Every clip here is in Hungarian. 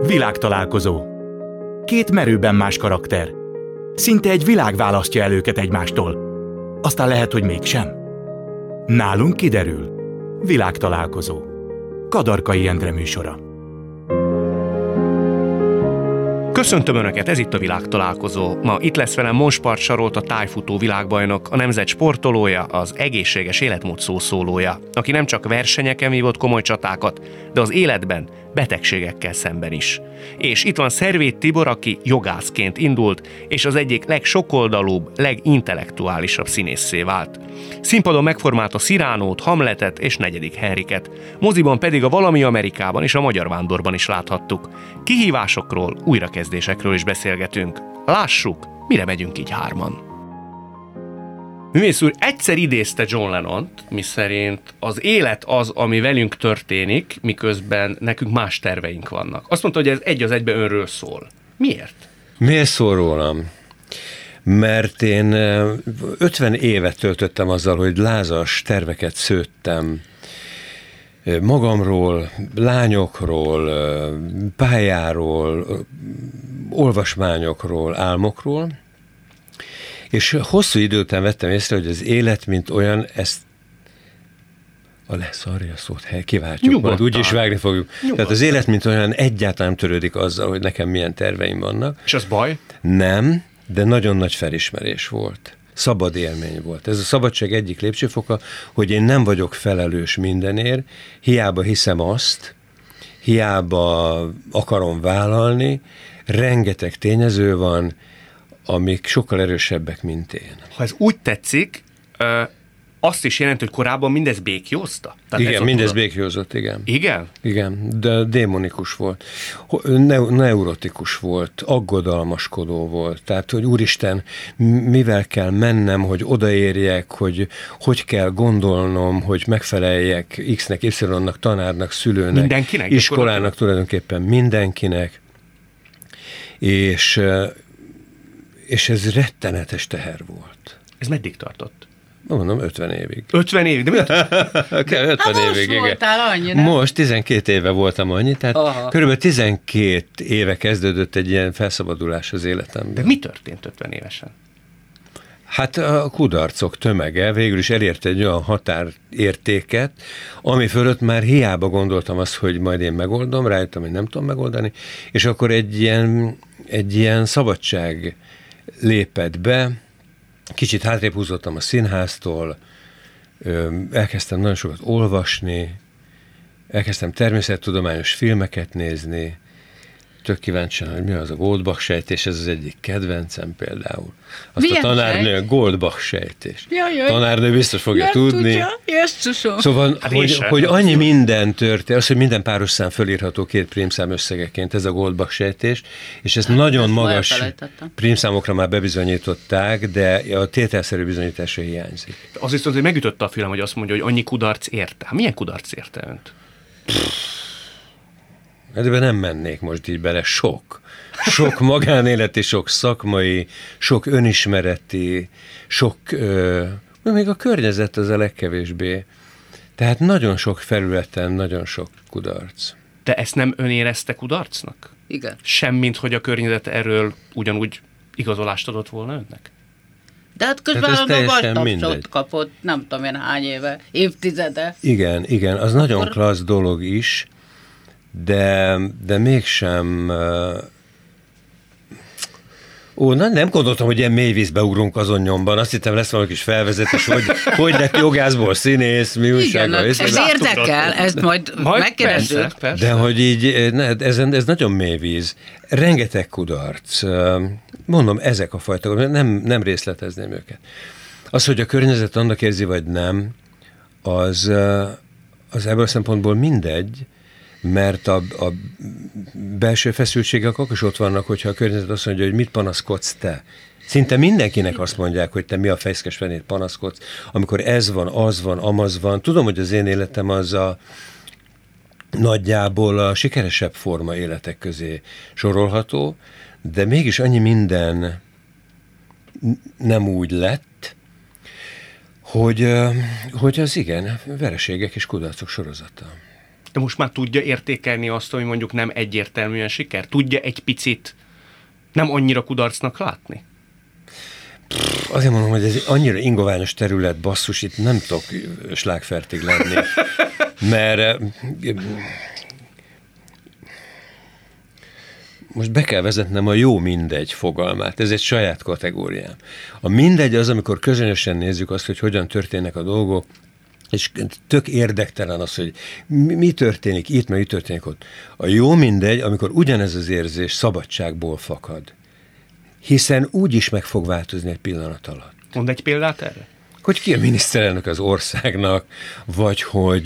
Világtalálkozó. Két merőben más karakter. Szinte egy világ választja el őket egymástól. Aztán lehet, hogy mégsem. Nálunk kiderül. Világtalálkozó. Kadarkai Endre műsora. Köszöntöm Önöket, ez itt a Világtalálkozó. Ma itt lesz velem Monspart Sarolt, a tájfutó világbajnok, a nemzet sportolója, az egészséges életmód szószólója, aki nem csak versenyeken vívott komoly csatákat, de az életben betegségekkel szemben is. És itt van Szervéth Tibor, aki jogászként indult, és az egyik legsokoldalúbb, legintellektuálisabb színésszé vált. Színpadon megformálta Cyránót, Hamletet és Negyedik Henriket. Moziban pedig a Valami Amerikában és a Magyar Vándorban is láthattuk. Kihívásokról, újrakezdésekről is beszélgetünk. Lássuk, mire megyünk így hárman. Művész úr egyszer idézte John Lennont, miszerint az élet az, ami velünk történik, miközben nekünk más terveink vannak. Azt mondta, hogy ez egy az egyben önről szól. Miért? Miért szól rólam? Mert én 50 évet töltöttem azzal, hogy lázas terveket szőttem magamról, lányokról, pályáról, olvasmányokról, álmokról, és hosszú idő után vettem észre, hogy az élet, mint olyan, ezt szarja szót, kiváltjuk, majd úgyis vágni fogjuk. Nyugodtan. Tehát az élet, mint olyan, egyáltalán nem törődik azzal, hogy nekem milyen terveim vannak. És az baj? Nem, de nagyon nagy felismerés volt. Szabad élmény volt. Ez a szabadság egyik lépcsőfoka, hogy én nem vagyok felelős mindenért, hiába hiszem azt, hiába akarom vállalni, rengeteg tényező van, amik sokkal erősebbek, mint én. Ha ez úgy tetszik, azt is jelenti, hogy korábban mindez békjózta? Igen, mindez békjózott, igen. Igen? Igen, de démonikus volt. Neurotikus volt, aggodalmaskodó volt. Tehát, hogy úristen, mivel kell mennem, hogy odaérjek, hogy kell gondolnom, hogy megfeleljek X-nek, Y-nak, tanárnak, szülőnek, mindenkinek, iskolának, tulajdonképpen mindenkinek. És ez rettenetes teher volt. Ez meddig tartott? Mondom, 50 évig. 50 évig? De mi? 50 évig, igen. Voltál annyi, nem? Most 12 éve voltam annyi, tehát körülbelül 12 éve kezdődött egy ilyen felszabadulás az életemben. De mi történt 50 évesen? Hát a kudarcok tömege végül is elérte egy olyan határértéket, ami fölött már hiába gondoltam azt, hogy majd én megoldom, rájöttem, hogy nem tudom megoldani, és akkor egy ilyen szabadság lépett be, kicsit hátrébb húzottam a színháztól, elkezdtem nagyon sokat olvasni, elkezdtem természettudományos filmeket nézni, tök kíváncsian, hogy mi az a Goldbach-sejtés, ez az egyik kedvencem például. Azt milyen a tanárnő, Goldbach-sejtés. Tanárnő biztos fogja tudni. Tudja, szóval, hogy annyi minden történt, az, hogy minden páros szám fölírható 2 prímszám összegeként, ez a Goldbach-sejtés, és ezt nagyon magas prímszámokra már bebizonyították, de a tételszerű bizonyítása hiányzik. Az viszont, hogy megütötte a film, hogy azt mondja, hogy annyi kudarc érte. Milyen kudarc érte önt? Ebben nem mennék most így bele, sok magánéleti, sok szakmai, sok önismereti, még a környezet az a legkevésbé. Tehát nagyon sok felületen, nagyon sok kudarc. De ezt nem ön érezte kudarcnak? Igen. Semmint, hogy a környezet erről ugyanúgy igazolást adott volna önnek? De hát közben a tapsot kapott, nem tudom én hány éve, évtizede. Igen, az nagyon klassz dolog is, de mégsem... nem gondoltam, hogy ilyen mély vízbe ugrunk azon nyomban. Azt hittem, lesz valami kis felvezetés, hogy lett jogászból színész, mi újsága. Ez érdekel, ezt majd megkeresünk. De hogy így, ez nagyon mély víz. Rengeteg kudarc. Mondom, ezek a fajta, nem részletezném őket. Az, hogy a környezet annak érzi, vagy nem, az ebből a szempontból mindegy, mert a belső feszültségek akkor is ott vannak, hogyha a környezet azt mondja, hogy mit panaszkodsz te. Szinte mindenkinek azt mondják, hogy te mi a fejszkes fenét panaszkodsz, amikor ez van, az van, amaz van. Tudom, hogy az én életem az nagyjából a sikeresebb forma életek közé sorolható, de mégis annyi minden nem úgy lett, hogy az igen, vereségek és kudarcok sorozata. De most már tudja értékelni azt, hogy mondjuk nem egyértelműen siker? Tudja egy picit nem annyira kudarcnak látni? Azért mondom, hogy ez annyira ingoványos terület, basszus, itt nem tudok slágfertig lenni. Mert most be kell vezetnem a jó mindegy fogalmát. Ez egy saját kategóriám. A mindegy az, amikor közönösen nézzük azt, hogy hogyan történnek a dolgok, és tök érdektelen az, hogy mi történik itt, meg mi történik ott. A jó mindegy, amikor ugyanez az érzés szabadságból fakad. Hiszen úgy is meg fog változni egy pillanat alatt. Mondd egy példát erre? Hogy ki a miniszterelnök az országnak, vagy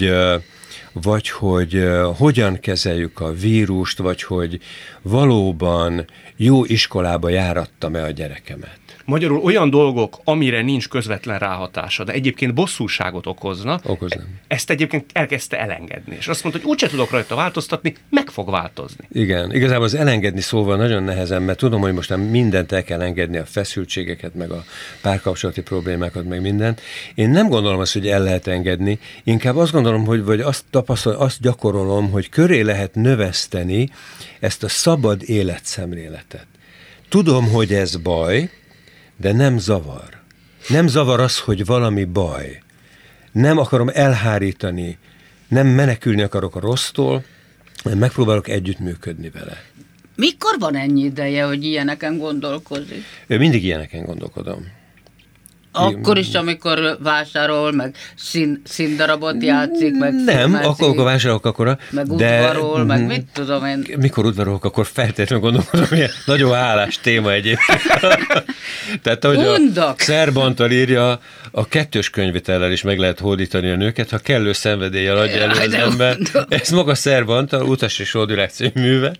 hogy hogyan kezeljük a vírust, vagy hogy valóban jó iskolába járattam-e a gyerekemet. Magyarul olyan dolgok, amire nincs közvetlen ráhatása, de egyébként bosszúságot okozna, ezt egyébként elkezdte elengedni. És azt mondta, hogy úgyse tudok rajta változtatni, meg fog változni. Igen, igazából az elengedni szóval nagyon nehezen, mert tudom, hogy most nem mindent el kell engedni, a feszültségeket, meg a párkapcsolati problémákat, meg mindent. Én nem gondolom azt, hogy el lehet engedni, inkább azt gondolom, hogy vagy azt gyakorolom, hogy köré lehet növeszteni ezt a szabad életszemléletet. Tudom, hogy ez baj, de nem zavar. Nem zavar az, hogy valami baj. Nem akarom elhárítani, nem menekülni akarok a rossztól, hanem megpróbálok együttműködni vele. Mikor van ennyi ideje, hogy ilyeneken gondolkozik? Mindig ilyeneken gondolkodom. Akkor is, amikor vásárol, meg színdarabot játszik, meg nem, filmezik, akkor vásárolok, akkor meg udvarol, meg mit tudom én. Mikor udvarolok, akkor feltétlenül gondolkodom, hogy nagyon hálás téma egyébként. Tehát, hogy a Szerbantal írja, a kettős könyvitellel is meg lehet hódítani a nőket, ha kellő szenvedéllyel adja elő az ember. Ez maga Szerbantal, Utas és Oldvilág című műve.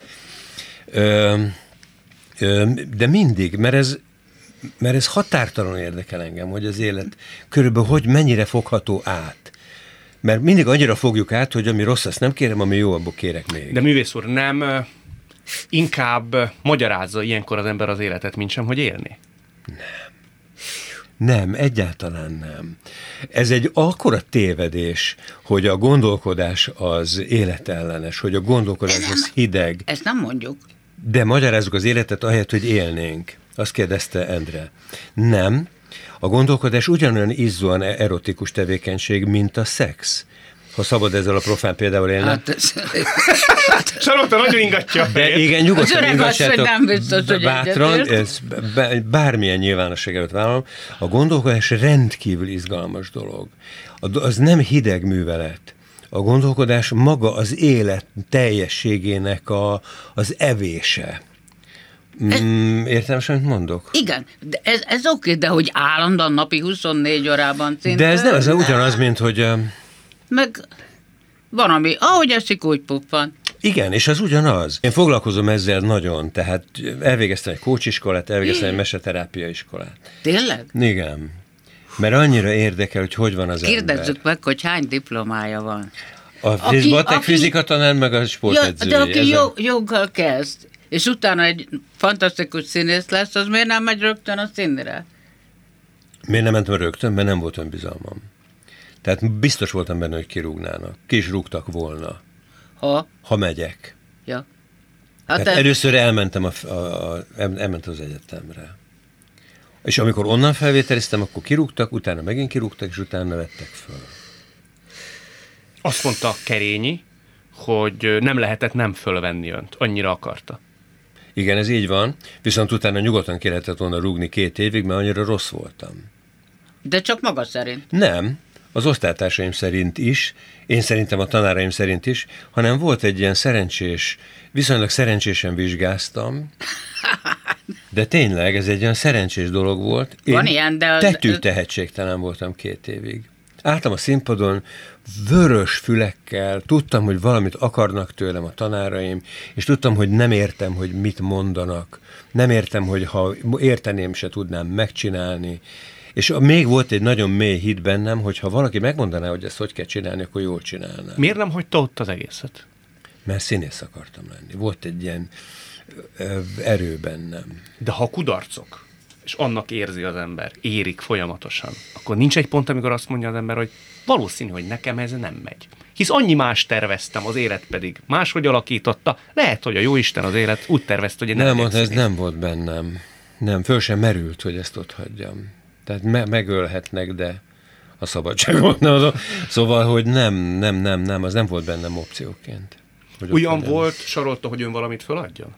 De mindig, mert ez határtalanul érdekel engem, hogy az élet körülbelül hogy mennyire fogható át. Mert mindig annyira fogjuk át, hogy ami rossz, azt nem kérem, ami jó, abból kérek még. De művész úr, nem inkább magyarázza ilyenkor az ember az életet, mint sem, hogy élni? Nem, egyáltalán nem. Ez egy akkora tévedés, hogy a gondolkodás az életellenes, hogy a gondolkodás az hideg. Ezt nem mondjuk. De magyarázzuk az életet ahelyett, hogy élnénk. Azt kérdezte Endre. Nem. A gondolkodás ugyanolyan izzóan erotikus tevékenység, mint a szex. Ha szabad ezzel a profán példával élni. Sarolta nagyon ingatja. De igen, nyugodtan ingatjátok. Bátran, bármilyen nyilvánosság előtt vállalom. A gondolkodás rendkívül izgalmas dolog. Az nem hideg művelet. A gondolkodás maga az élet teljességének az evése. Értem, amit mondok? Igen, de ez oké, de hogy állandóan napi 24 órában szinte... De ez nem, ez ugyanaz, mint hogy... Meg van, ami ahogy esik, úgy puppan. Igen, és az ugyanaz. Én foglalkozom ezzel nagyon, tehát elvégeztem egy coachiskolát, elvégeztem egy meseterápia iskolát. Tényleg? Igen. Mert annyira érdekel, hogy van az ember. Kérdezzük meg, hogy hány diplomája van. A fizika tanár, meg a sportedzői. Ja, de aki joggal kezd, és utána egy fantasztikus színész lesz, az miért nem megy rögtön a színre? Miért nem mentem rögtön? Mert nem volt önbizalmam. Tehát biztos voltam benne, hogy kirúgnának. Ki is rúgtak volna. Ha megyek. Ja. Hát először elmentem elmentem az egyetemre. És amikor onnan felvételiztem, akkor kirúgtak, utána megint kirúgtak, és utána vettek föl. Azt mondta Kerényi, hogy nem lehetett nem fölvenni önt. Annyira akarta. Igen, ez így van, viszont utána nyugodtan ki lehetett volna rúgni 2 évig, mert annyira rossz voltam. De csak maga szerint? Nem, az osztálytársaim szerint is, én szerintem a tanáraim szerint is, hanem volt egy ilyen viszonylag szerencsésen vizsgáztam, de tényleg ez egy olyan szerencsés dolog volt. Van ilyen, de... Tetű tehetségtelen voltam 2 évig. Álltam a színpadon, vörös fülekkel, tudtam, hogy valamit akarnak tőlem a tanáraim, és tudtam, hogy nem értem, hogy mit mondanak. Nem értem, hogy ha érteném, se tudnám megcsinálni. És még volt egy nagyon mély hit bennem, hogy ha valaki megmondaná, hogy ezt hogy kell csinálni, akkor jól csinálná. Miért nem hagyta ott az egészet? Mert színész akartam lenni. Volt egy ilyen erő bennem. De ha kudarcok, és annak érzi az ember, érik folyamatosan, akkor nincs egy pont, amikor azt mondja az ember, hogy valószínű, hogy nekem ez nem megy. hisz annyi más terveztem, az élet pedig máshogy alakította. Lehet, hogy a jóisten az élet úgy tervezte, hogy én nem, ez nem volt bennem. Nem, föl sem merült, hogy ezt ott hagyjam. Tehát megölhetnek, de a szabadságot nem. Szóval, hogy nem, az nem volt bennem opcióként. Olyan volt, sarolta, hogy ön valamit föladjon?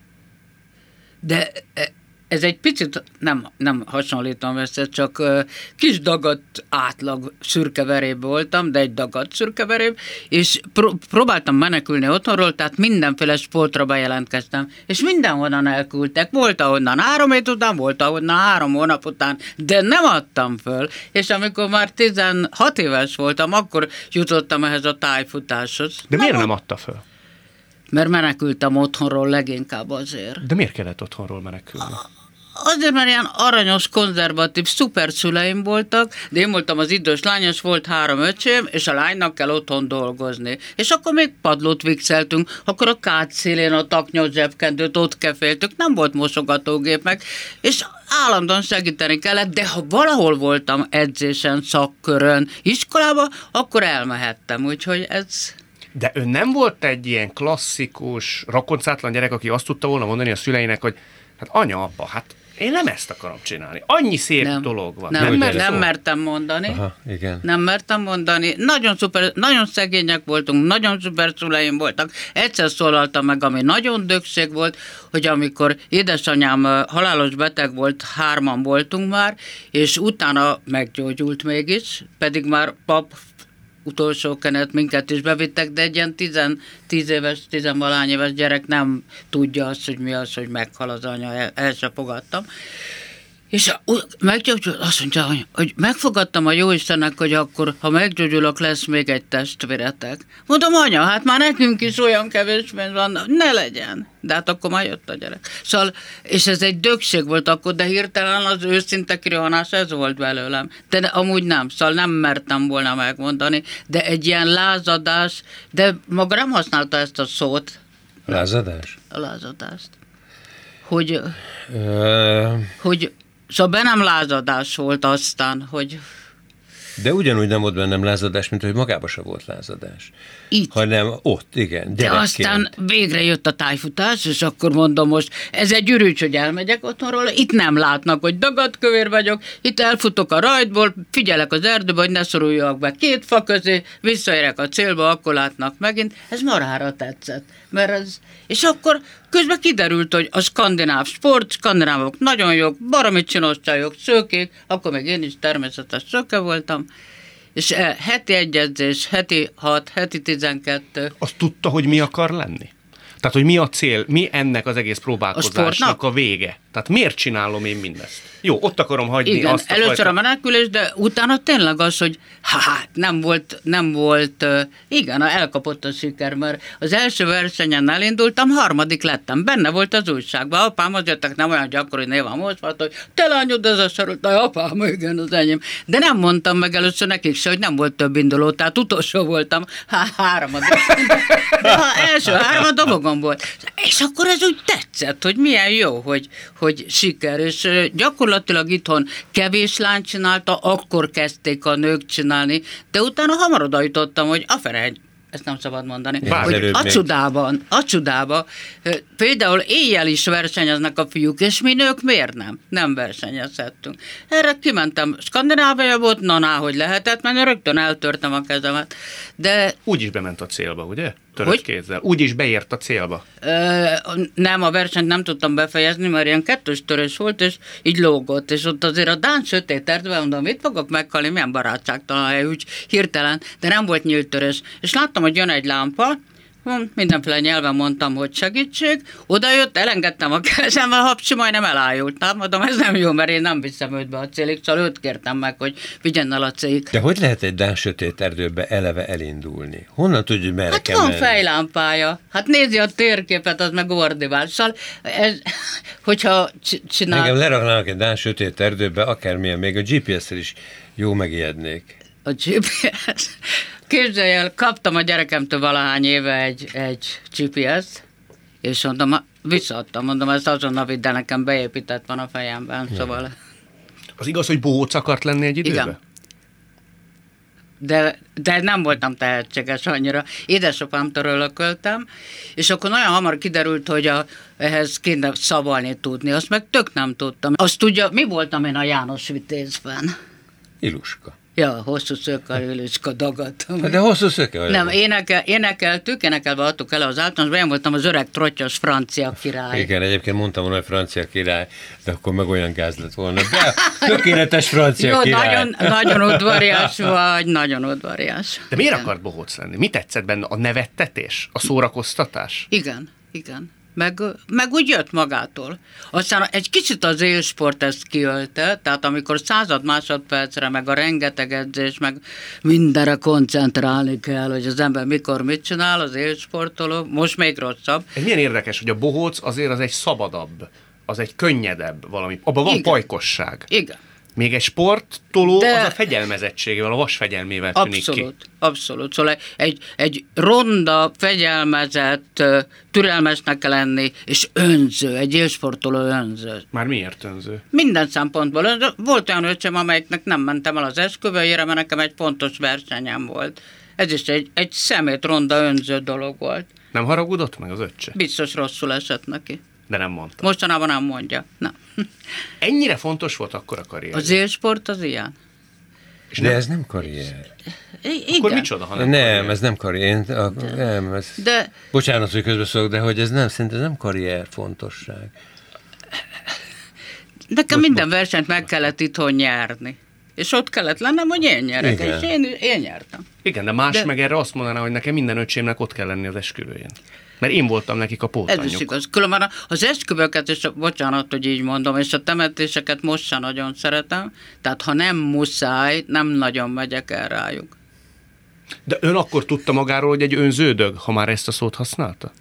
De ez egy picit, nem hasonlítom össze, csak kis dagadt átlag szürkeveréb voltam, de egy dagadt szürkeveréb, és próbáltam menekülni otthonról, tehát mindenféle sportra bejelentkeztem, és mindenhonnan elküldtek. Volt ahonnan 3 hét után, volt ahonnan 3 hónap után, de nem adtam föl, és amikor már 16 éves voltam, akkor jutottam ehhez a tájfutáshoz. De miért nem adta föl? Mert menekültem otthonról leginkább azért. De miért kellett otthonról menekülni? Azért, mert ilyen aranyos, konzervatív, szuper szüleim voltak, de én voltam az idős lány, és volt 3 öcsém, és a lánynak kell otthon dolgozni. És akkor még padlót vixeltünk, akkor a kád szélén a taknyos zsebkendőt ott keféltük, nem volt mosogatógép meg, és állandóan segíteni kellett, de ha valahol voltam edzésen, szakkörön, iskolában, akkor elmehettem, úgyhogy ez... De ön nem volt egy ilyen klasszikus, rakoncátlan gyerek, aki azt tudta volna mondani a szüleinek, hogy hát anya, apa, hát én nem ezt akarom csinálni. Annyi szép dolog van. Nem mertem mondani. Aha, igen. Nem mertem mondani. Nagyon szegények voltunk, nagyon szuper szüleim voltak. Egyszer szólaltam meg, ami nagyon dögség volt, hogy amikor édesanyám halálos beteg volt, 3-an voltunk már, és utána meggyógyult mégis, pedig már pap utolsó kenet minket is bevittek, de egy ilyen 10 éves, 10-valány éves gyerek nem tudja azt, hogy mi az, hogy meghal az anya, el sem fogadtam. És meggyógyult, azt mondja, hogy megfogadtam a jóistennek, hogy akkor, ha meggyógyulok, lesz még egy testvéretek. Mondom, anya, hát már nekünk is olyan kevés pénz van, ne legyen. De hát akkor már jött a gyerek. Szóval, és ez egy dögség volt akkor, de hirtelen az őszinte kirohanás, ez volt belőlem. De amúgy nem, szóval nem mertem volna megmondani, de egy ilyen lázadás, de maga nem használta ezt a szót. Lázadás? A lázadást. Hogy szóval bennem lázadás volt aztán, hogy... De ugyanúgy nem volt bennem lázadás, mint hogy magában se volt lázadás. Itt. Hanem ott, igen, de aztán végre jött a tájfutás, és akkor mondom most, ez egy ürügy, hogy elmegyek otthonról, itt nem látnak, hogy dagadkövér vagyok, itt elfutok a rajtból, figyelek az erdőbe, hogy ne szoruljak be 2 fa közé, visszaérek a célba, akkor látnak megint. Ez marhára tetszett. Mert ez... És akkor közben kiderült, hogy a skandináv sport, skandinávok nagyon jók, baromi csinos csajok, szőkék, akkor meg én is természetes szöke voltam, és heti 1 edzés, heti 6, heti 12. Azt tudta, hogy mi akar lenni? Tehát, hogy mi a cél, mi ennek az egész próbálkozásnak a vége? Tehát miért csinálom én mindezt? Jó, ott akarom hagyni igen, azt a először a menekülés, de utána tényleg az, hogy nem volt, igen, elkapott a siker, mert az első versenyen elindultam, 3. lettem, benne volt az újságban, apám az jöttek, nem olyan gyakori név a most volt, hogy te lányod, ez a sarult, apám, igen, az enyém. De nem mondtam meg először nekik se, hogy nem volt több induló, tehát utolsó voltam, 3. De első 3 dobogon volt. És akkor ez úgy tetszett, hogy milyen jó, hogy siker, és gyakorlatilag itthon kevés lány csinálta, akkor kezdték a nők csinálni, de utána hamar oda jutottam, hogy aferegy, ezt nem szabad mondani, hogy a csodában, például éjjel is versenyeznek a fiúk, és mi nők miért nem versenyezhettünk. Erre kimentem, Skandinávia volt, hogy lehetett, mert rögtön eltörtem a kezemet. De... Úgy is bement a célba, ugye? Törött kézzel. Úgy is beért a célba. Nem, a versenyt nem tudtam befejezni, mert ilyen 2 törés volt, és így lógott, és ott azért a dán sötét erdőben mondom, mit fogok meghalni, milyen barátságtalan hely, úgy hirtelen, de nem volt nyílt törés. És láttam, hogy jön egy lámpa, mindenféle nyelven mondtam, hogy segítség, odajött, elengedtem a kezembe, hapsi, majdnem elájultam, mondom, ez nem jó, mert én nem viszem őt be a célig, szóval őt kértem meg, hogy vigyen el a cég. De hogy lehet egy dán sötét erdőbe eleve elindulni? Honnan tudja, hogy merre kell menni? Hát van fejlámpája. Hát nézi a térképet, az meg ordivál. Szóval ez, hogyha csinál... Engem leraknának egy dán sötét erdőbe, akármilyen, még a GPS-szel is jó megijednék. A GPS... Képzelj el, kaptam a gyerekemtől valahány éve egy GPS-t, és mondom, visszaadtam, mondom, ezt azonnal vidd, de nekem beépített van a fejemben, szóval... Az igaz, hogy bohóc akart lenni egy időben? Igen. de nem voltam tehetséges annyira. Édesapámtól örököltem, és akkor nagyon hamar kiderült, hogy ehhez kéne szavalni tudni. Azt meg tök nem tudtam. Azt tudja, mi voltam én a János Vitézben? Iluska. Ja, hosszú szőkkel Iluska dagadtam. De hosszú szőke. Nem, énekelve adtuk el az általános, én voltam az öreg trottyos francia király. Igen, egyébként mondtam volna, hogy francia király, de akkor meg olyan gáz lett volna. De tökéletes francia jó, király. nagyon udvarias vagy, nagyon udvarias. De miért akart bohóc lenni? Mi tetszett benne? A nevettetés? A szórakoztatás? Igen. Meg úgy jött magától. Aztán egy kicsit az élsport ezt kiölte, tehát amikor 100 másodpercre, meg a rengeteg edzés, meg mindenre koncentrálni kell, hogy az ember mikor mit csinál, az élsportoló, most még rosszabb. Ez milyen érdekes, hogy a bohóc azért az egy szabadabb, az egy könnyedebb valami. Abban van pajkosság. Igen. Még egy sporttoló az a fegyelmezettségével, a vasfegyelmével tűnik ki. Abszolút. Szóval egy ronda, fegyelmezett, türelmesnek kell lenni, és önző, egy élsportoló önző. Már miért önző? Minden szempontból önző. Volt olyan öcsém, amelyiknek nem mentem el az esküvőjére, mert nekem egy fontos versenyem volt. Ez is egy szemét ronda, önző dolog volt. Nem haragudott meg az öccse? Biztos rosszul esett neki. De nem mondta. Mostanában nem mondja. Nem. Ennyire fontos volt akkor a karrier? Az élsport az ilyen. És de ez nem karrier. Igen. Akkor micsoda, ha nem karrier? Ez nem karrier. De... Bocsánat, hogy közbeszólok, de hogy ez nem, szerintem ez nem karrier fontosság. Nekem minden versenyt meg kellett itthon nyerni. És ott kellett lennem, hogy én nyerek. És én nyertem. Igen, de más meg erre azt mondaná, hogy nekem minden öcsémnek ott kell lenni az esküvőjén. Mert én voltam nekik a pótanyjuk. Ez is igaz. Különben az esküvőket, és bocsánat, hogy így mondom, és a temetéseket most sem nagyon szeretem, tehát ha nem muszáj, nem nagyon megyek el rájuk. De ön akkor tudta magáról, hogy egy önződög, ha már ezt a szót használta?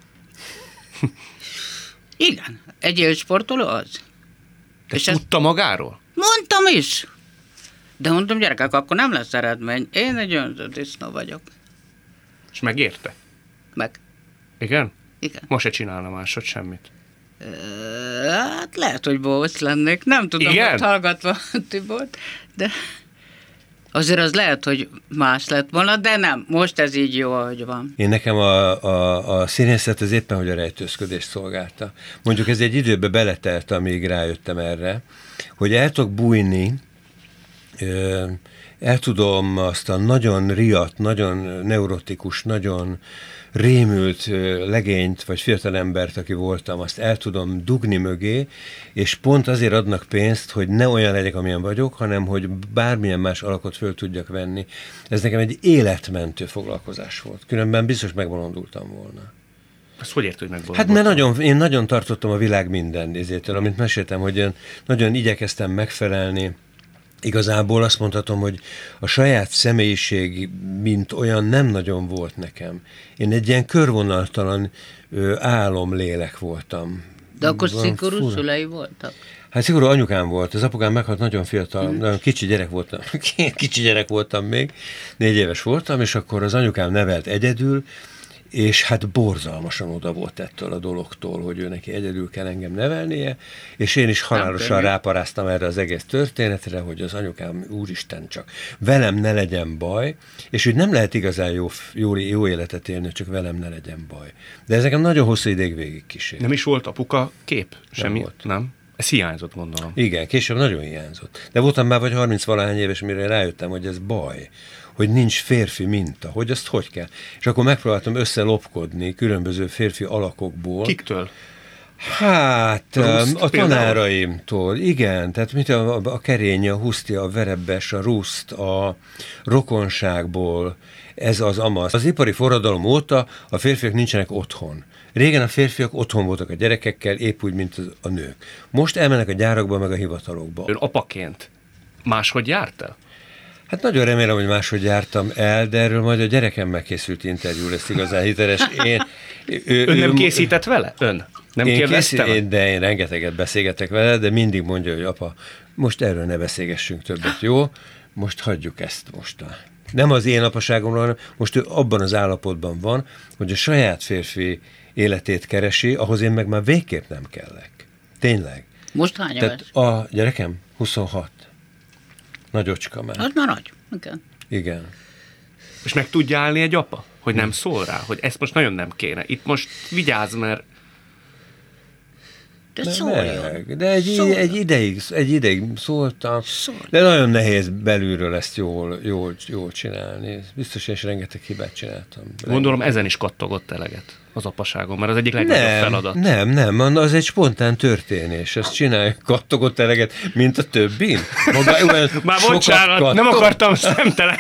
Igen, egy élsportoló az. De és tudta magáról? Mondtam is. De mondtam, gyerekek, akkor nem lesz eredmény. Én egy önző disznó vagyok. És megérte? Meg. Igen? Igen. Most se csinálna másod semmit. Hát lehet, hogy bohóc lennék. Nem tudom, hogy hallgatva Tibort, de azért az lehet, hogy más lett volna, de nem. Most ez így jó, ahogy van. Én nekem a színészet az éppen, hogy a rejtőzködést szolgálta. Mondjuk ez egy időbe beletelt, amíg rájöttem erre, hogy el tudok bújni, el tudom azt a nagyon riadt, nagyon neurotikus, nagyon rémült legényt, vagy fiatalembert, aki voltam, azt el tudom dugni mögé, és pont azért adnak pénzt, hogy ne olyan legyek, amilyen vagyok, hanem hogy bármilyen más alakot föl tudjak venni. Ez nekem egy életmentő foglalkozás volt. Különben biztos megbolondultam volna. Ezt hogy ért, hogy megbolondultam? Hát mert én nagyon tartottam a világ minden nézétől, amint meséltem, hogy én nagyon igyekeztem megfelelni. Igazából azt mondhatom, hogy a saját személyiség, mint olyan nem nagyon volt nekem. Én egy ilyen körvonaltalan álomlélek voltam. De akkor szigorú szülei voltak? Hát szigorú anyukám volt. Az apukám meghalt nagyon fiatal, nagyon kicsi gyerek voltam még, 4 éves voltam, és akkor az anyukám nevelt egyedül, és hát borzalmasan oda volt ettől a dologtól, hogy ő neki egyedül kell engem nevelnie, és én is halálosan ráparáztam erre az egész történetre, hogy az anyukám, úristen, csak velem ne legyen baj, és úgy nem lehet igazán jó életet élni, csak velem ne legyen baj. De ez nekem nagyon hosszú ideig végig kísért. Nem is volt apuka kép? Semmi? Nem volt. Nem? Ez hiányzott, gondolom. Igen, később nagyon hiányzott. De voltam már vagy 30-valahány éves, mire rájöttem, hogy ez baj, hogy nincs férfi minta, hogy azt hogy kell. És akkor megpróbáltam összelopkodni különböző férfi alakokból. Kiktől? Hát, a tanáraimtól, igen, tehát mint a Kerény, a Huszti, a Verebes, a Ruszt, a rokonságból, ez az amaz. Az ipari forradalom óta a férfiak nincsenek otthon. Régen a férfiak otthon voltak a gyerekekkel, épp úgy, mint a nők. Most elmennek a gyárakba, meg a hivatalokba. Ön apaként máshogy járt el? Hát nagyon remélem, hogy máshogy jártam el, de erről majd a gyerekemmel készült interjú lesz igazán hiteles. Ön nem készített vele? Ön? Nem kérdeztem? De én rengeteget beszélgetek vele, de mindig mondja, hogy apa, most erről ne beszélgessünk többet, jó? Most hagyjuk ezt most. Nem az én apaságomról, hanem most ő abban az állapotban van, hogy a saját férfi életét keresi, ahhoz én meg már végképp nem kellek. Tényleg. Most hány éves? A gyerekem 26. Nagyocska már. Az már nagy. Igen. Igen. És meg tudja állni egy apa, hogy nem szól rá, hogy ezt most nagyon nem kéne. Itt most vigyázz, mert... De szóljon. De egy ideig szóltam, de nagyon nehéz belülről ezt jól csinálni. Biztos, én is rengeteg hibát csináltam. Gondolom ezen is kattogott eleget az apaságon, mert az egyik legnagyobb feladat. Nem, az egy spontán történés. Ezt csinálja kattogott eleget, mint a többin. Már bocsánat, nem akartam szemtelen.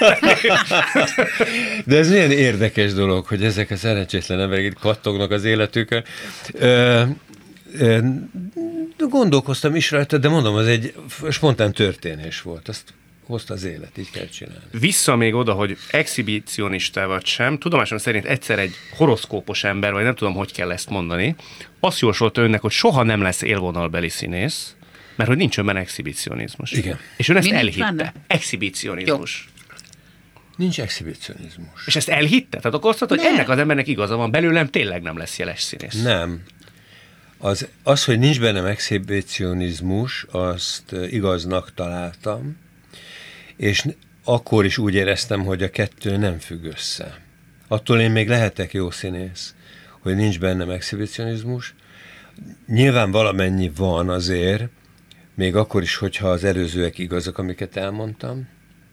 De ez milyen érdekes dolog, hogy ezek a szerencsétlen emberek itt kattognak az életükön. Gondolkoztam is rajta, de mondom, az egy spontán történés volt. Azt hozta az élet, így kell csinálni. Vissza még oda, hogy exhibicionista vagy sem, tudomásom szerint egyszer egy horoszkópos ember, vagy nem tudom, hogy kell ezt mondani, azt jósolta önnek, hogy soha nem lesz élvonalbeli színész, mert hogy nincs önben exhibicionizmus. Igen. És ön ezt elhitte. Exhibicionizmus. Nincs exhibicionizmus. És ezt elhitte? Tehát akkor azt mondta, hogy ennek az embernek igaza van, belőlem tényleg nem lesz jeles színész. Nem. Az, hogy nincs bennem exhibicionizmus, azt igaznak találtam, és akkor is úgy éreztem, hogy a kettő nem függ össze. Attól én még lehetek jó színész, hogy nincs bennem exhibicionizmus. Nyilván valamennyi van azért, még akkor is, hogyha az előzőek igazak, amiket elmondtam.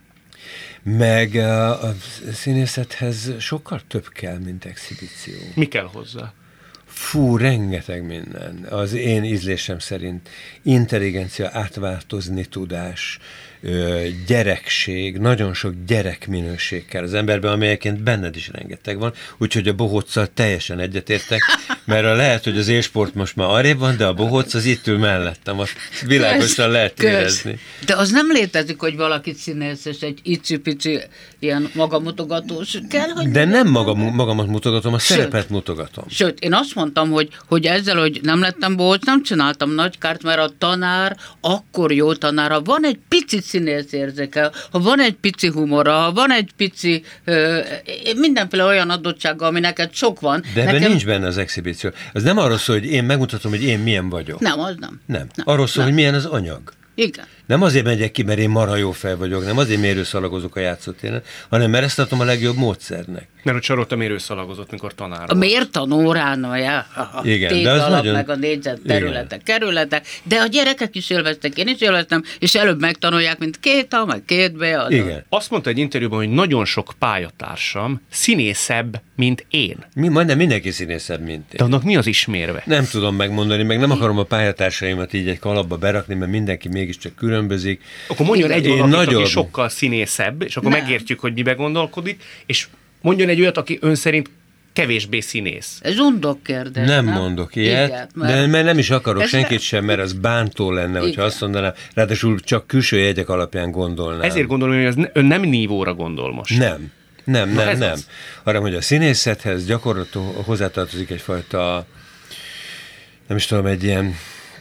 Meg a színészethez sokkal több kell, mint exhibíció. Mi kell hozzá? Fú, rengeteg minden. Az én ízlésem szerint intelligencia, átváltozni tudás, gyerekség, nagyon sok gyerekminőség kell az emberben, amelyekként benned is rengeteg van, úgyhogy a bohóccal teljesen egyetértek, mert lehet, hogy az élsport most már arrébb van, de a bohóc az itt ül mellettem, azt világosan lehet érezni. De az nem létezik, hogy valaki színész, és egy icipici ilyen magamutogatós kell, hogy... De nem magamat mutogatom, a szerepet mutogatom. Sőt, én azt mondtam, hogy ezzel, hogy nem lettem bohóc, nem csináltam nagy kárt, mert a tanár akkor jó tanár, ha van egy pici színész érzéke, ha van egy pici humora, ha van egy pici mindenféle olyan adottsága, ami neked sok van. De ebben nincs benne az exhibíció. Az nem arról szól, hogy én megmutatom, hogy én milyen vagyok. Nem, az nem. Nem. Arról szól, hogy milyen az anyag. Igen. Nem azért megyek ki, mert én marha jó fej vagyok, nem azért mérőszalagozok a játszótéren, hanem mert ezt tartom a legjobb módszernek. Mert hogy Sarolta mérőszalagozott, mikor tanár volt. A mértanórán, igen, de az alap, nagyon... meg a négyzet területek, kerületek, de a gyerekek is élveztek, én is élveztem, és előbb megtanulják, mint 2 A, meg 2 B. Igen. Azt mondta egy interjúban, hogy nagyon sok pályatársam színészebb, mint én. Majdnem mindenki színészebb, mint én. De annak mi az ismérve? Nem tudom megmondani, meg nem akarom a pályatársaimat így egy kalapba berakni, mert mindenki mégiscsak különbözik. Akkor mondjon egy valakit, aki sokkal színészebb, és akkor megértjük, hogy mibe gondolkodik, és mondjon egy olyat, aki ön szerint kevésbé színész. Ez undok kérdés. Nem mondok ilyet, igen, mert nem is akarok senkit sem, mert az bántó lenne, hogyha azt mondanám, ráadásul csak külső jegyek alapján gondolnám. Ezért gondolom, hogy ön nem nívóra gondol most. Nem. Hanem, hogy a színészethez gyakorlatilag hozzátartozik egyfajta, nem is tudom, egy ilyen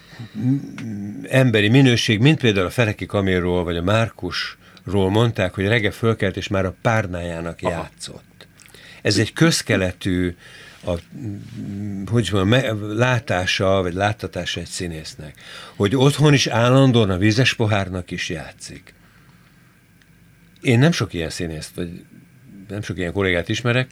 emberi minőség, mint például a Fereki Kamilról, vagy a Márkusról mondták, hogy reggel fölkelt, és már a párnájának játszott. Ez egy közkeletű látása, vagy láttatása egy színésznek. Hogy otthon is állandóan a vízes pohárnak is játszik. Én nem sok ilyen színészt, vagy nem sok ilyen kollégát ismerek,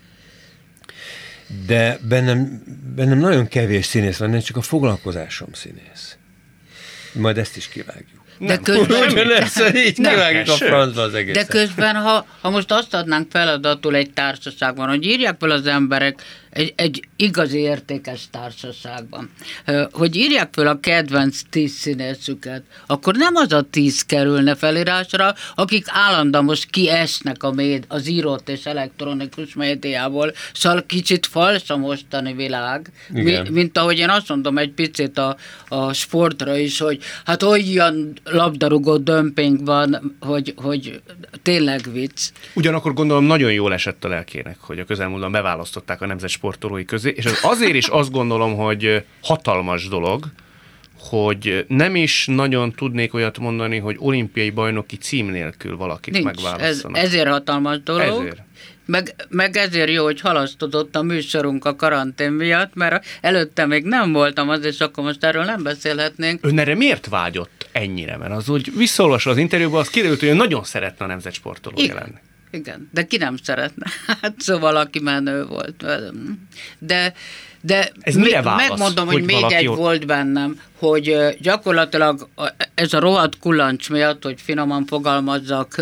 de bennem nagyon kevés színész van, csak a foglalkozásom színész. Majd ezt is kivágjuk. De közben, így kivágjuk a francba az egészet. De közben, ha most azt adnánk feladatul egy társaságban, hogy írják fel az emberek egy igazi értékes társaságban, hogy írják fel a kedvenc 10 színészüket, akkor nem az a 10 kerülne felírásra, akik állandóan most kiesnek az írott és elektronikus médiából, szóval kicsit fals a mostani világ, mint ahogy én azt mondom egy picit a sportra is, hogy hát olyan labdarúgó dömping van, hogy tényleg vicc. Ugyanakkor gondolom nagyon jól esett a lelkének, hogy a közelmúltban beválasztották a nemzet sportolói közé, és az azért is azt gondolom, hogy hatalmas dolog, hogy nem is nagyon tudnék olyat mondani, hogy olimpiai bajnoki cím nélkül valakit megválasztanak. Ezért hatalmas dolog. Ezért. Meg ezért jó, hogy halasztodott a műsorunk a karantén miatt, mert előtte még nem voltam az, és akkor most erről nem beszélhetnénk. Ön erre miért vágyott ennyire? Mert az úgy visszaolvasva az interjúban, az kiderült, hogy nagyon szeretne a nemzetsportolója lenni. igen. De ki nem szeretne? Hát szóval aki menő volt. De ez mire válasz? Megmondom, hogy még egy volt bennem, hogy gyakorlatilag ez a rohadt kullancs miatt, hogy finoman fogalmazzak,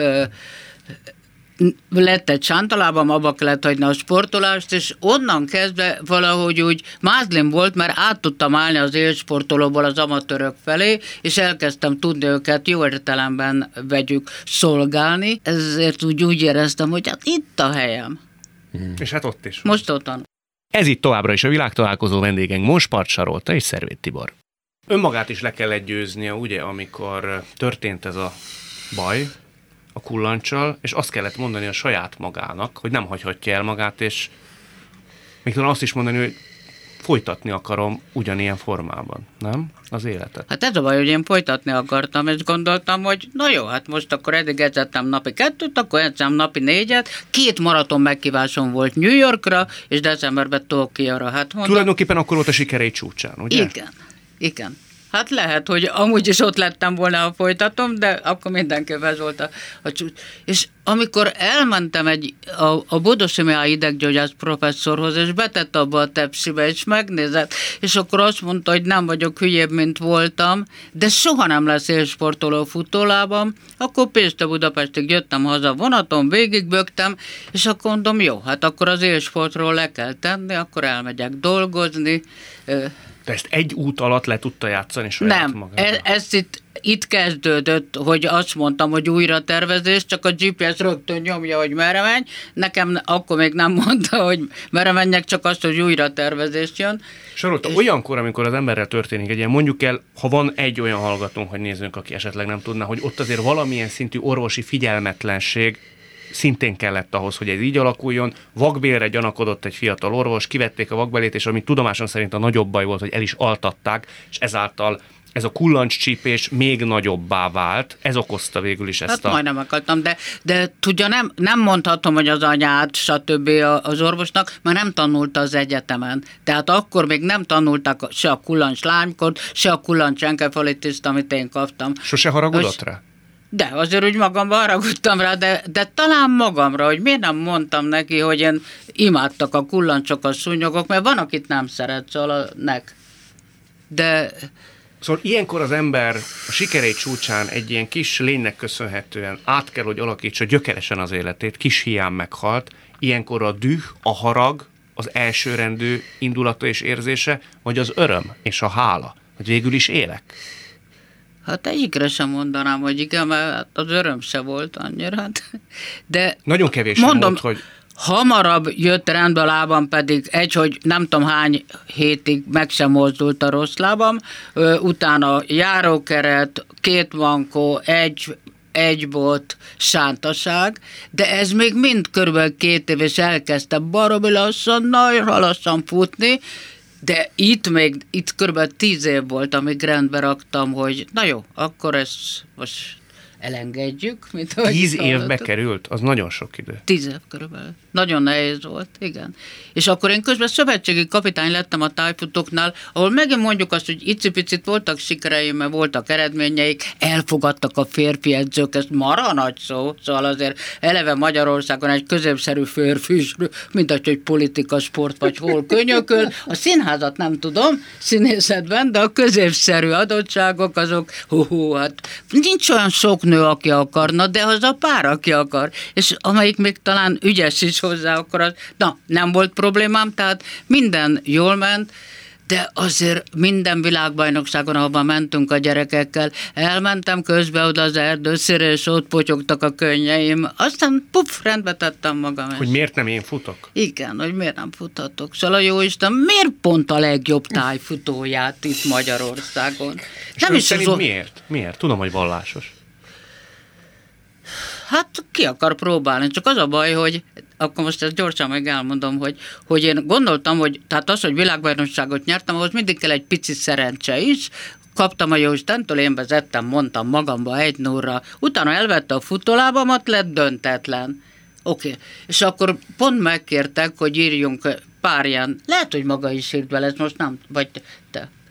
lett egy sántalábam, abba kellett hagyni a sportolást, és onnan kezdve valahogy úgy mázlim volt, mert át tudtam állni az élsportolóból az amatőrök felé, és elkezdtem tudni őket jó értelemben vegyük szolgálni, ezért úgy éreztem, hogy hát itt a helyem. És hát ott is. Most ott van. Ez itt továbbra is a világtalálkozó, vendégeink Monspart Sarolta és Szervéth Tibor. Önmagát is le kellett győznie, ugye, amikor történt ez a baj a kullancsal, és azt kellett mondani a saját magának, hogy nem hagyhatja el magát, és még talán azt is mondani, hogy folytatni akarom ugyanilyen formában, nem? Az életet. Hát ez a baj, hogy én folytatni akartam, és gondoltam, hogy na jó, hát most akkor eddig edzettem napi 2, akkor edzem napi 4, 2 maraton megkívásom volt New Yorkra, és decemberben Tokióra. Hát mondom, tulajdonképpen akkor volt a sikerei csúcsán, ugye? Igen. Hát lehet, hogy amúgy is ott lettem volna, ha folytatom, de akkor mindenképpen ez volt a csúcs. És amikor elmentem a Bodoszimea ideggyógyász professzorhoz, és betett abba a tepsibe, és megnézett, és akkor azt mondta, hogy nem vagyok hülyébb, mint voltam, de soha nem lesz élsportoló futólábam, akkor Pécstre Budapestig jöttem haza vonaton, végigbögtem, és akkor mondom, jó, hát akkor az élsportról le kell tenni, akkor elmegyek dolgozni. De ezt egy út alatt le tudta játszani saját magára? Nem, ez itt kezdődött, hogy azt mondtam, hogy újra tervezés, csak a GPS rögtön nyomja, hogy merre menj. Nekem akkor még nem mondta, hogy merre menjek, csak azt, hogy újra tervezés jön. Sarolta, olyankor, amikor az emberrel történik egy ilyen, mondjuk el, ha van egy olyan hallgatónk, hogy nézzünk, aki esetleg nem tudná, hogy ott azért valamilyen szintű orvosi figyelmetlenség szintén kellett ahhoz, hogy ez így alakuljon. Vakbélre gyanakodott egy fiatal orvos, kivették a vakbelét, és ami tudomásom szerint a nagyobb baj volt, hogy el is altatták, és ezáltal ez a kullancscsípés még nagyobbá vált. Ez okozta végül is ezt hát majdnem akartam, de tudja, nem mondhatom, hogy az anyát, stb. Az orvosnak, mert nem tanulta az egyetemen. Tehát akkor még nem tanulták se a kullancs lánykort, se a kullancs enkefalitiszt, amit én kaptam. Sose haragudott rá? De azért úgy magamban haragudtam rá, de talán magamra, hogy miért nem mondtam neki, hogy én imádtak a kullancsok, a szúnyogok, mert van, akit nem szeret, szóval de... Szóval ilyenkor az ember a sikerei csúcsán egy ilyen kis lénynek köszönhetően át kell, hogy alakítsa gyökeresen az életét, kis hián meghalt, ilyenkor a düh, a harag, az elsőrendű indulata és érzése, vagy az öröm és a hála, hogy végül is élek. Hát egyikre sem mondanám, hogy igen, mert az öröm se volt annyira. De nagyon kevés mondom, volt, hogy... Hamarabb jött rendbe a lábam, pedig hogy nem tudom hány hétig meg sem mozdult a rossz lábam, utána járókeret, 2 mankó, egy bot, sántaság, de ez még mind körülbelül 2 év, és elkezdtem baromi lassan futni, de itt körülbelül 10 év volt, amíg rendbe raktam, hogy na jó, akkor ezt most elengedjük. 10 évbe került? Az nagyon sok idő. 10 év körülbelül. Nagyon nehéz volt, igen. És akkor én közben szövetségi kapitány lettem a tájfutóknál, ahol megint mondjuk azt, hogy icipicit voltak sikereim, mert voltak eredményeik, elfogadtak a férfi edzők, ez mara nagy szó, szóval azért eleve Magyarországon egy középszerű férfi, mint hogy politika, sport vagy hol könyököl. A színházat nem tudom, színészetben, de a középszerű adottságok azok, hát nincs olyan sok nő, aki akarna, de az a pár, aki akar. És amelyik még talán ügyes is hozzá, akkor az, nem volt problémám, tehát minden jól ment, de azért minden világbajnokságon, ahova mentünk a gyerekekkel, elmentem közbe oda az erdőszére, és ott potyogtak a könnyeim, aztán rendbe tettem magam. Hogy miért nem én futok? Igen, hogy miért nem futhatok. Szóval a jóisten, miért pont a legjobb tájfutóját itt Magyarországon? És nem is szerint miért? Miért? Tudom, hogy vallásos. Hát ki akar próbálni, csak az a baj, hogy akkor most ezt gyorsan meg elmondom, hogy én gondoltam, hogy tehát az, hogy világbajnokságot nyertem, ahhoz mindig kell egy pici szerencse is. Kaptam a Jóistentől, én vezettem, mondtam magamba 1-0-ra, utána elvette a futólábamat, lett döntetlen. Oké. És akkor pont megkértek, hogy írjunk pár ilyen, lehet, hogy maga is írt bele, ez most nem, vagy te.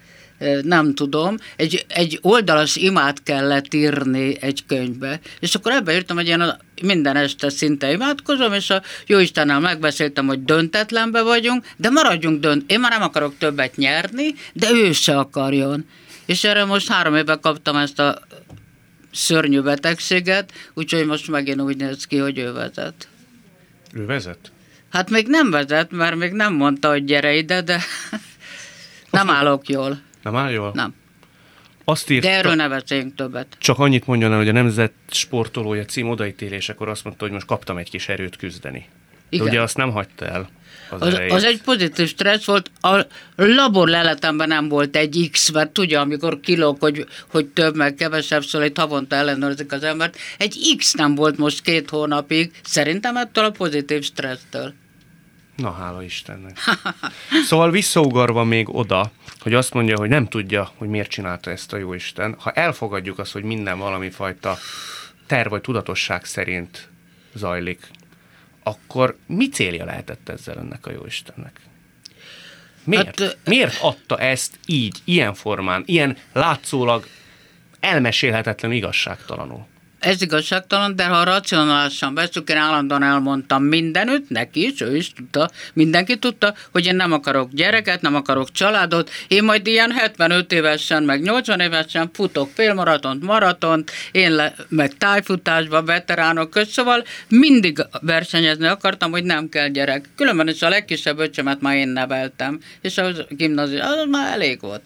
nem tudom, egy oldalas imát kellett írni egy könyvbe. És akkor ebbe írtam, hogy én minden este szinte imádkozom, és a Jóistennel megbeszéltem, hogy döntetlenbe vagyunk, de maradjunk én már nem akarok többet nyerni, de ő se akarjon. És erre most 3 éve kaptam ezt a szörnyű betegséget, úgyhogy most megint úgy néz ki, hogy ő vezet. Ő vezet? Hát még nem vezet, mert még nem mondta, hogy gyere ide, de nem állok jól. Nem áll jól? Nem. Azt írta, de erről ne beszéljünk többet. Csak annyit mondjon el, hogy a Nemzet sportolója cím odaítélésekor azt mondta, hogy most kaptam egy kis erőt küzdeni. Igen. De ugye azt nem hagyta el. Az egy pozitív stressz volt. A labor leletemben nem volt egy X, mert tudja, amikor kilóg, hogy több meg kevesebb, szóval itt havonta ellenőrzik az embert. Egy X nem volt most 2 hónapig, szerintem ettől a pozitív stressztől. Na, hála Istennek. Szóval visszaugarva még oda, hogy azt mondja, hogy nem tudja, hogy miért csinálta ezt a Jóisten. Ha elfogadjuk azt, hogy minden valami fajta terv vagy tudatosság szerint zajlik, akkor mi célja lehetett ezzel ennek a Jóistennek? Miért? Hát, miért adta ezt így, ilyen formán, ilyen látszólag elmesélhetetlen igazságtalanul? Ez igazságtalan, de ha racionálisan veszük, én állandóan elmondtam mindenütt, neki is, ő is tudta, mindenki tudta, hogy én nem akarok gyereket, nem akarok családot, én majd ilyen 75 évesen, meg 80 évesen futok félmaratont, maratont, meg tájfutásba, veteránok közt, szóval mindig versenyezni akartam, hogy nem kell gyerek. Különben is a legkisebb öcsemet már én neveltem, és a gimnázium, az már elég volt.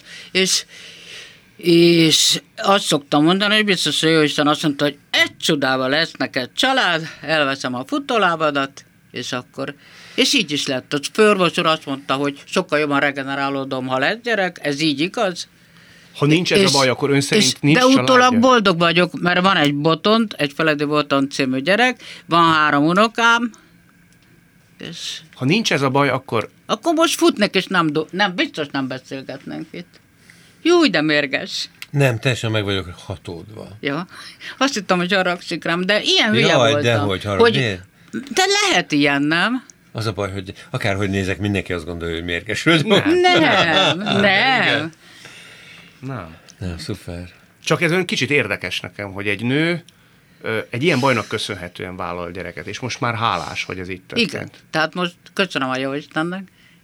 És azt szoktam mondani, hogy biztos, hogy Jóisten azt mondta, hogy egy csodával lesz neked család, elveszem a futólábadat, és akkor... És így is lett. A főorvos úr azt mondta, hogy sokkal jobban regenerálódom, ha lesz gyerek, ez így igaz. Ha nincs ez a baj, akkor ön szerint nincs családja? De utólag boldog vagyok, mert van egy Botont, egy Feledi Botont című gyerek, van 3 unokám, és... Ha nincs ez a baj, akkor... Akkor most futnak, és nem biztos nem beszélgetnénk itt. Jó, de mérges. Nem, teljesen meg vagyok hatódva. Ja, azt hittem, hogy haragszik rám, de ilyen hülye voltam. Dehogy harag. De lehet ilyen, nem? Az a baj, hogy akárhogy nézek, mindenki azt gondolja, hogy mérges vagy. Nem. Nem, szuper. Csak ez olyan kicsit érdekes nekem, hogy egy nő egy ilyen bajnak köszönhetően vállal gyereket, és most már hálás, hogy ez így történt. Igen, tehát most köszönöm a Jóistennek.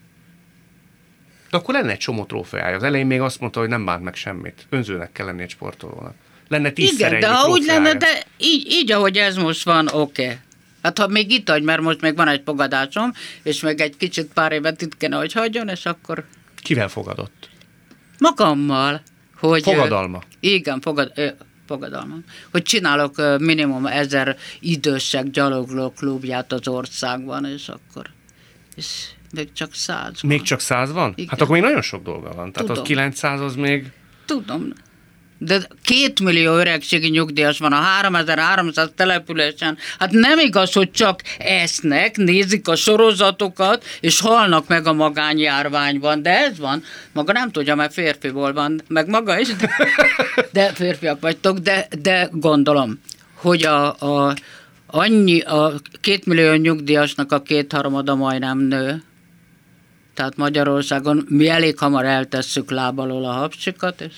De akkor lenne egy csomó trófeája. Az elején még azt mondta, hogy nem bánt meg semmit. Önzőnek kell lenni egy sportolónak. Lenne 10-szer igen, de ha úgy lenne, de így ahogy ez most van, oké. Hát ha még itt hagy, mert most még van egy fogadásom, és még egy kicsit pár évet itt kéne, hogy hagyjon, és akkor... Kivel fogadott? Magammal. Hogy, fogadalma. Igen, fogadalma. Hogy csinálok minimum 1000 idősek gyalogló klubját az országban, és akkor... És még csak 100 van. Még csak 100 van? Igen. Hát akkor még nagyon sok dolga van. Tehát tudom. Az 900 az még... Tudom. De 2 millió öregségi nyugdíjas van a 3300 településen. Hát nem igaz, hogy csak esznek, nézik a sorozatokat, és halnak meg a magánjárványban. De ez van. Maga nem tudja, mert férfiból van. Meg maga is. De férfiak vagytok. De gondolom, hogy a 2 millió nyugdíjasnak a 2/3 majdnem nő. Tehát Magyarországon mi elég hamar eltesszük láb alól a hapsikat, és...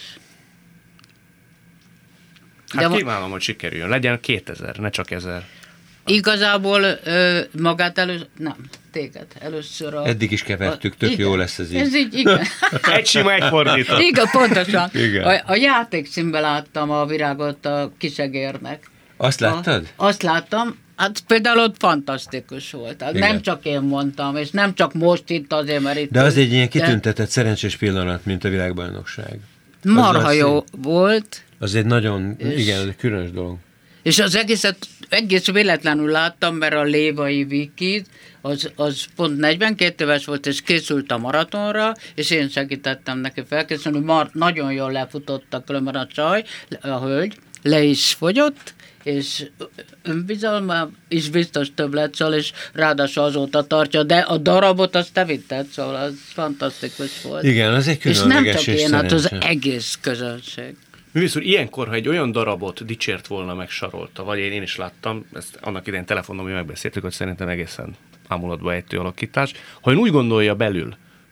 Hát kívánom, hogy sikerüljön. Legyen 2000, ne csak 1000. Igazából magát téged először eddig is kevertük, tök jó lesz ez így. Ez így, igen. Egy sima, egy fordított. Igen, pontosan. Igen. A játékszínben láttam a virágot a kisegérnek. Azt láttad? Azt láttam. Hát például ott fantasztikus volt. Hát nem csak én mondtam, és nem csak most itt azért, mert itt... De az egy ilyen kitüntetett szerencsés pillanat, mint a világbajnokság. Marha jó volt. Az egy nagyon, igen, egy különös dolog. És az egész véletlenül láttam, mert a Lévai Viki, az pont 42 éves volt, és készült a maratonra, és én segítettem neki felkészülni. Nagyon jól lefutotta különben a csaj, a hölgy, le is fogyott, és önbizalma is biztos több lett, szóval, és ráadásul azóta tartja, de a darabot azt te vitted, szóval az fantasztikus volt. Igen, az egy különleges. És nem csak én, hát az egész közönség. Művész úr, ilyenkor, ha egy olyan darabot dicsért volna meg Sarolta, vagy én is láttam, ezt annak idején telefonon mi megbeszéltük, hogy szerintem egészen ámulatba ejtő alakítás, ha ön úgy gondolja belül,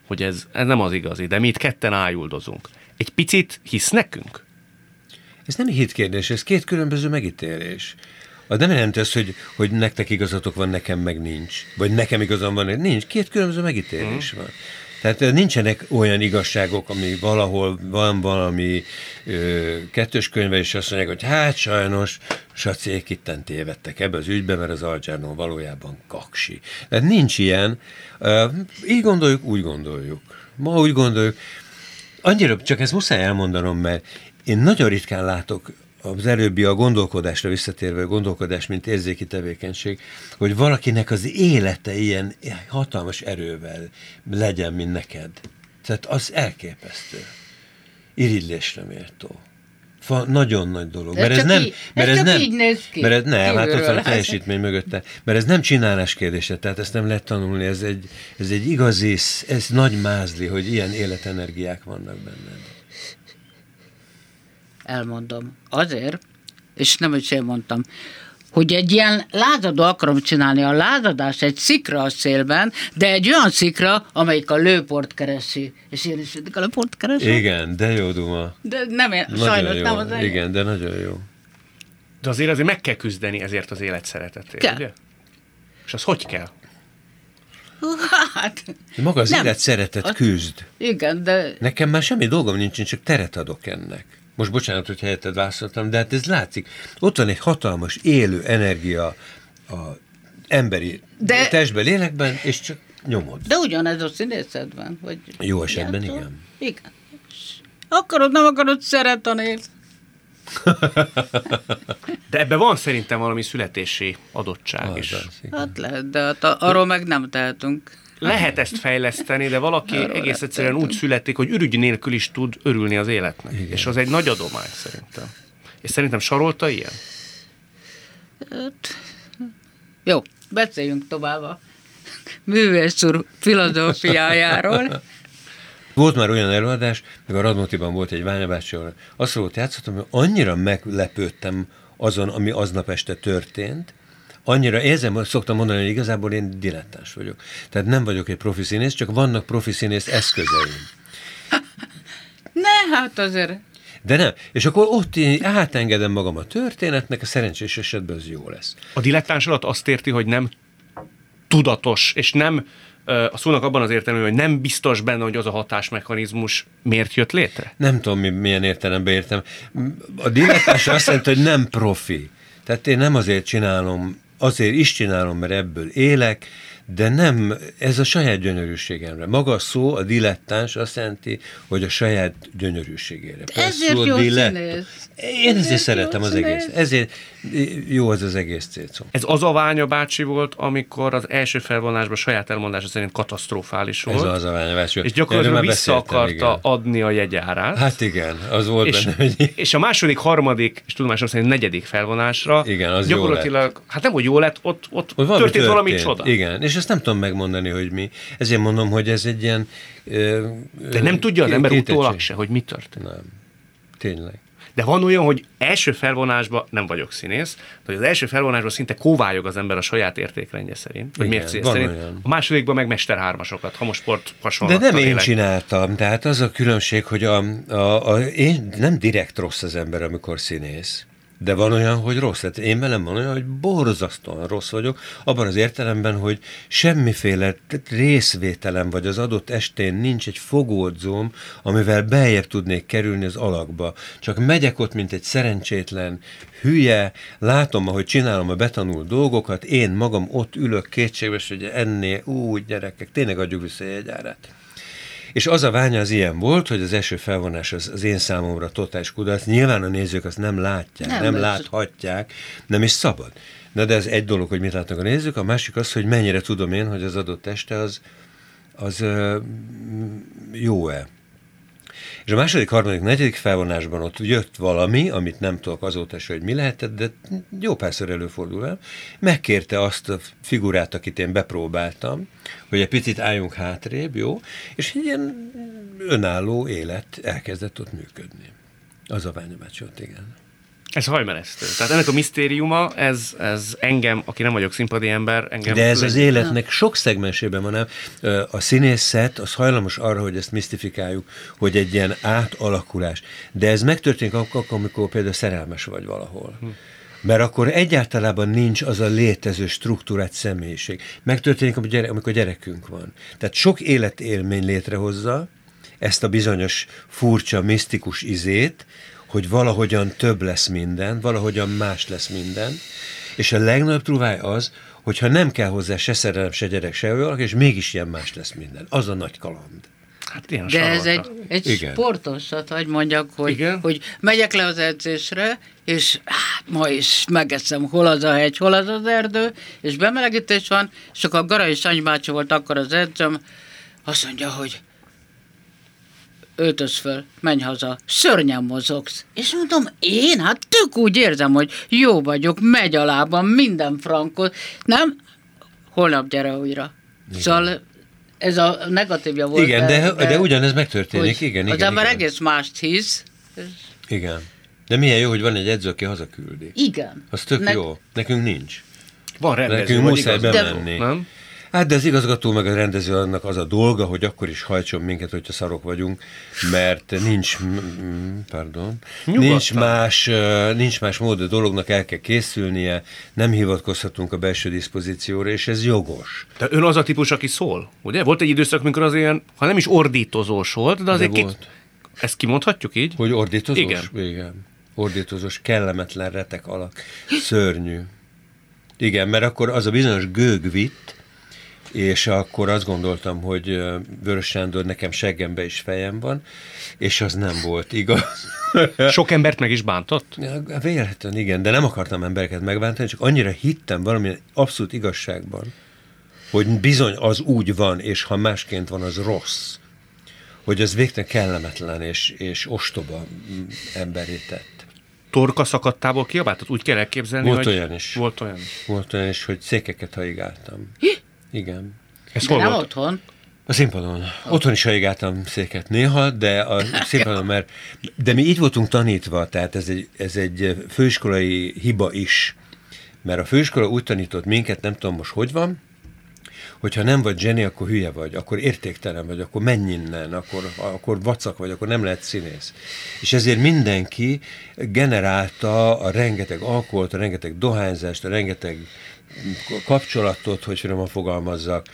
hogy ez nem az igazi, de mi itt ketten ájuldozunk. Egy picit hisz nekünk? Ez nem hit kérdés, ez két különböző megítélés. Az nem jelenti azt, hogy nektek igazatok van, nekem meg nincs. Vagy nekem igazam van, nincs. Két különböző megítélés van. Tehát nincsenek olyan igazságok, ami valahol van valami kettős könyve, és azt mondják, hogy hát sajnos sacék itten tévedtek ebbe az ügybe, mert az Al-Jarno valójában kaksi. Tehát nincs ilyen. Így gondoljuk, úgy gondoljuk. Ma úgy gondoljuk. Annyira, csak ezt muszáj elmondanom, mert én nagyon ritkán látok az előbbi a gondolkodásra visszatérve, a gondolkodás, mint érzéki tevékenység, hogy valakinek az élete ilyen hatalmas erővel legyen, mint neked. Tehát az elképesztő. Irigylésre méltó. Nagyon nagy dolog. Mert ez nem, így néz ki. Mert ez nem, hát ott van a teljesítmény mögötte. Mert ez nem csinálás kérdése, tehát ezt nem lehet tanulni. Ez egy igazi, ez nagy mázli, hogy ilyen életenergiák vannak benned. Elmondom. Azért, és nem is én mondtam, hogy egy ilyen lázadó akarom csinálni. A lázadás egy szikra a szélben, de egy olyan szikra, amelyik a lőport keresi. És én is a lőport keresem. Igen, de jó duma. De nem, sajnos jó. nem az enyém. Igen, de nagyon jó. De azért meg kell küzdeni ezért az élet szeretetért, ugye? És az hogy kell? Hát, maga az élet szeretet küzd. Igen, de... Nekem már semmi dolgom nincs, csak teret adok ennek. Most bocsánat, hogy helyetted válaszoltam, de hát ez látszik. Ott van egy hatalmas, élő energia a emberi testben, lélekben, és csak nyomod. De ugyanez a színészetben, hogy... Jó esetben, igen. Igen. Akarod, nem akarod, szeret a név. De ebben van szerintem valami születési adottság is. Hát lehet, de hát arról meg nem tehetünk. Lehet ezt fejleszteni, de valaki egész egyszerűen úgy születik, hogy ürügy nélkül is tud örülni az életnek. Igen. És az egy nagy adomány szerintem. És szerintem Sarolta ilyen? Jó, beszéljünk tovább a művész úr filozófiájáról. Volt már olyan előadás, meg a Radnótiban volt egy Ványa bácsi, ahol azt volt játszottam, hogy annyira meglepődtem azon, ami aznap este történt, annyira érzem, szoktam mondani, hogy igazából én dilettáns vagyok. Tehát nem vagyok egy profi színész, csak vannak profi színész eszközeim. Ne, hát azért... De nem. És akkor ott én átengedem magam a történetnek, a szerencsés esetben az jó lesz. A dilettáns alatt azt érti, hogy nem tudatos, és nem a szónak abban az értelemben, hogy nem biztos benne, hogy az a hatásmechanizmus miért jött létre? Nem tudom, milyen értelemben értem. A dilettáns azt jelenti, hogy nem profi. Tehát én nem azért csinálom, azért is csinálom, mert ebből élek, de nem, ez a saját gyönyörűségemre. Maga a szó, a dilettáns azt jelenti, hogy a saját gyönyörűségére. Ezért jó színész. Én ezért szeretem az egész. Ezért jó az egész cécom. Ez az a Ványa bácsi volt, amikor az első felvonásban saját elmondása szerint katasztrofális volt. Ez az a Ványa bácsi. És gyakorlatilag vissza akarta adni a jegyárát. Hát igen, az volt és, benne. Hogy... És a második, harmadik, és tudomásom szerint negyedik felvonásra igen, az gyakorlatilag, hát nem, hogy jó lett, ott történt valami csoda. Igen, és ezt nem tudom megmondani, hogy mi. Ezért mondom, hogy ez egy ilyen... De nem tudja az ember utólag se, hogy mi történt. Nem, tényleg. De van olyan, hogy első felvonásban, nem vagyok színész, de hogy az első felvonásban szinte kóvályog az ember a saját értékrendje szerint, vagy mércéje szerint. Olyan. A másodikban meg mester hármasokat, ha most sport hasonlattal de nem én csináltam, tehát az a különbség, hogy én nem direkt rossz az ember, amikor színész. De van olyan, hogy rossz. Tehát én velem van olyan, hogy borzasztóan rossz vagyok, abban az értelemben, hogy semmiféle részvételem, vagy az adott estén nincs egy fogódzóm, amivel beljebb tudnék kerülni az alakba. Csak megyek ott, mint egy szerencsétlen hülye, látom, ahogy csinálom a betanult dolgokat, én magam ott ülök kétségbe, hogy ennél, gyerekek, tényleg adjuk vissza a jegyárát. És az a Ványa az ilyen volt, hogy az első felvonás az én számomra totális kudarc. Nyilván a nézők azt nem látják, nem láthatják, nem is szabad. Na de ez egy dolog, hogy mit látnak a nézők, a másik az, hogy mennyire tudom én, hogy az adott este az jó-e. És a második, harmadik, negyedik felvonásban ott jött valami, amit nem tudok azóta se, hogy mi lehetett, de jó párszor előfordul el. Megkérte azt a figurát, akit én bepróbáltam, hogy egy picit álljunk hátrébb, jó? És egy ilyen önálló élet elkezdett ott működni. Az a Ványa bácsi ott, igen. Ez hajmeresztő. Tehát ennek a misztériuma, ez engem, aki nem vagyok színpadi ember, engem... De ez az életnek sok szegmensében van, nem? A színészet az hajlamos arra, hogy ezt misztifikáljuk, hogy egy ilyen átalakulás. De ez megtörténik akkor, amikor például szerelmes vagy valahol. Mert akkor egyáltalában nincs az a létező struktúrát személyiség. Megtörténik, amikor gyerekünk van. Tehát sok életélmény létrehozza ezt a bizonyos furcsa, misztikus izét, hogy valahogyan több lesz minden, valahogyan más lesz minden, és a legnagyobb trúváj az, hogyha nem kell hozzá se szerelem, se gyerek, se olyan, és mégis ilyen más lesz minden. Az a nagy kaland. Hát ilyen de sarolta. ez egy sportosat, hogy mondjak, hogy megyek le az edzésre, és ma is megeszem, hol az a hegy, hol az az erdő, és bemelegítés van, és akkor a Garai Sanyi bácsi volt akkor az edzőm, azt mondja, hogy öltöz föl, menj haza, szörnyen mozogsz. És mondom, én? Hát tök úgy érzem, hogy jó vagyok, megy a lábam, minden frankot. Nem? Holnap gyere újra. Igen. Szóval ez a negatívja volt. Igen, de ugyanez megtörténik. Igen, az ember egész mást hisz. Igen. De milyen jó, hogy van egy edző, aki hazaküldi. Igen. Az tök jó. Nekünk nincs. Van rendező, nekünk muszáj bemenni. Nem? Hát de az igazgató meg a rendező annak az a dolga, hogy akkor is hajtson minket, hogyha szarok vagyunk, mert nincs más mód, a dolognak el kell készülnie, nem hivatkozhatunk a belső diszpozícióra, és ez jogos. De ön az a típus, aki szól, ugye? Volt egy időszak, amikor az ilyen, ha nem is ordítozós volt, de azért ezt kimondhatjuk így? Hogy ordítozós? Igen. Ordítozós, kellemetlen retek alak, szörnyű. Igen, mert akkor az a bizonyos gőg vitt, és akkor azt gondoltam, hogy Vörös Sándor nekem seggembe is fejem van, és az nem volt igaz. Sok embert meg is bántott? Véletlenül igen, de nem akartam embereket megbántani, csak annyira hittem valamilyen abszolút igazságban, hogy bizony az úgy van, és ha másként van, az rossz. Hogy az végtelen kellemetlen és ostoba emberé tett. Torka szakadtából kiabáltat? Úgy kell elképzelni, Volt olyan is. Volt olyan is. Volt olyan is, hogy székeket haigáltam. Igen. Ez hol volt? Otthon? A színpadon. Otthon is haigáltam széket néha, de a színpadon, de mi így voltunk tanítva, tehát ez egy főiskolai hiba is. Mert a főiskola úgy tanított minket, nem tudom most hogy van, hogyha nem vagy zseni, akkor hülye vagy, akkor értéktelen vagy, akkor menj innen, akkor vacak vagy, akkor nem lehet színész. És ezért mindenki generálta a rengeteg alkoholt, a rengeteg dohányzást, a rengeteg kapcsolatot, hogy finoman fogalmazzak,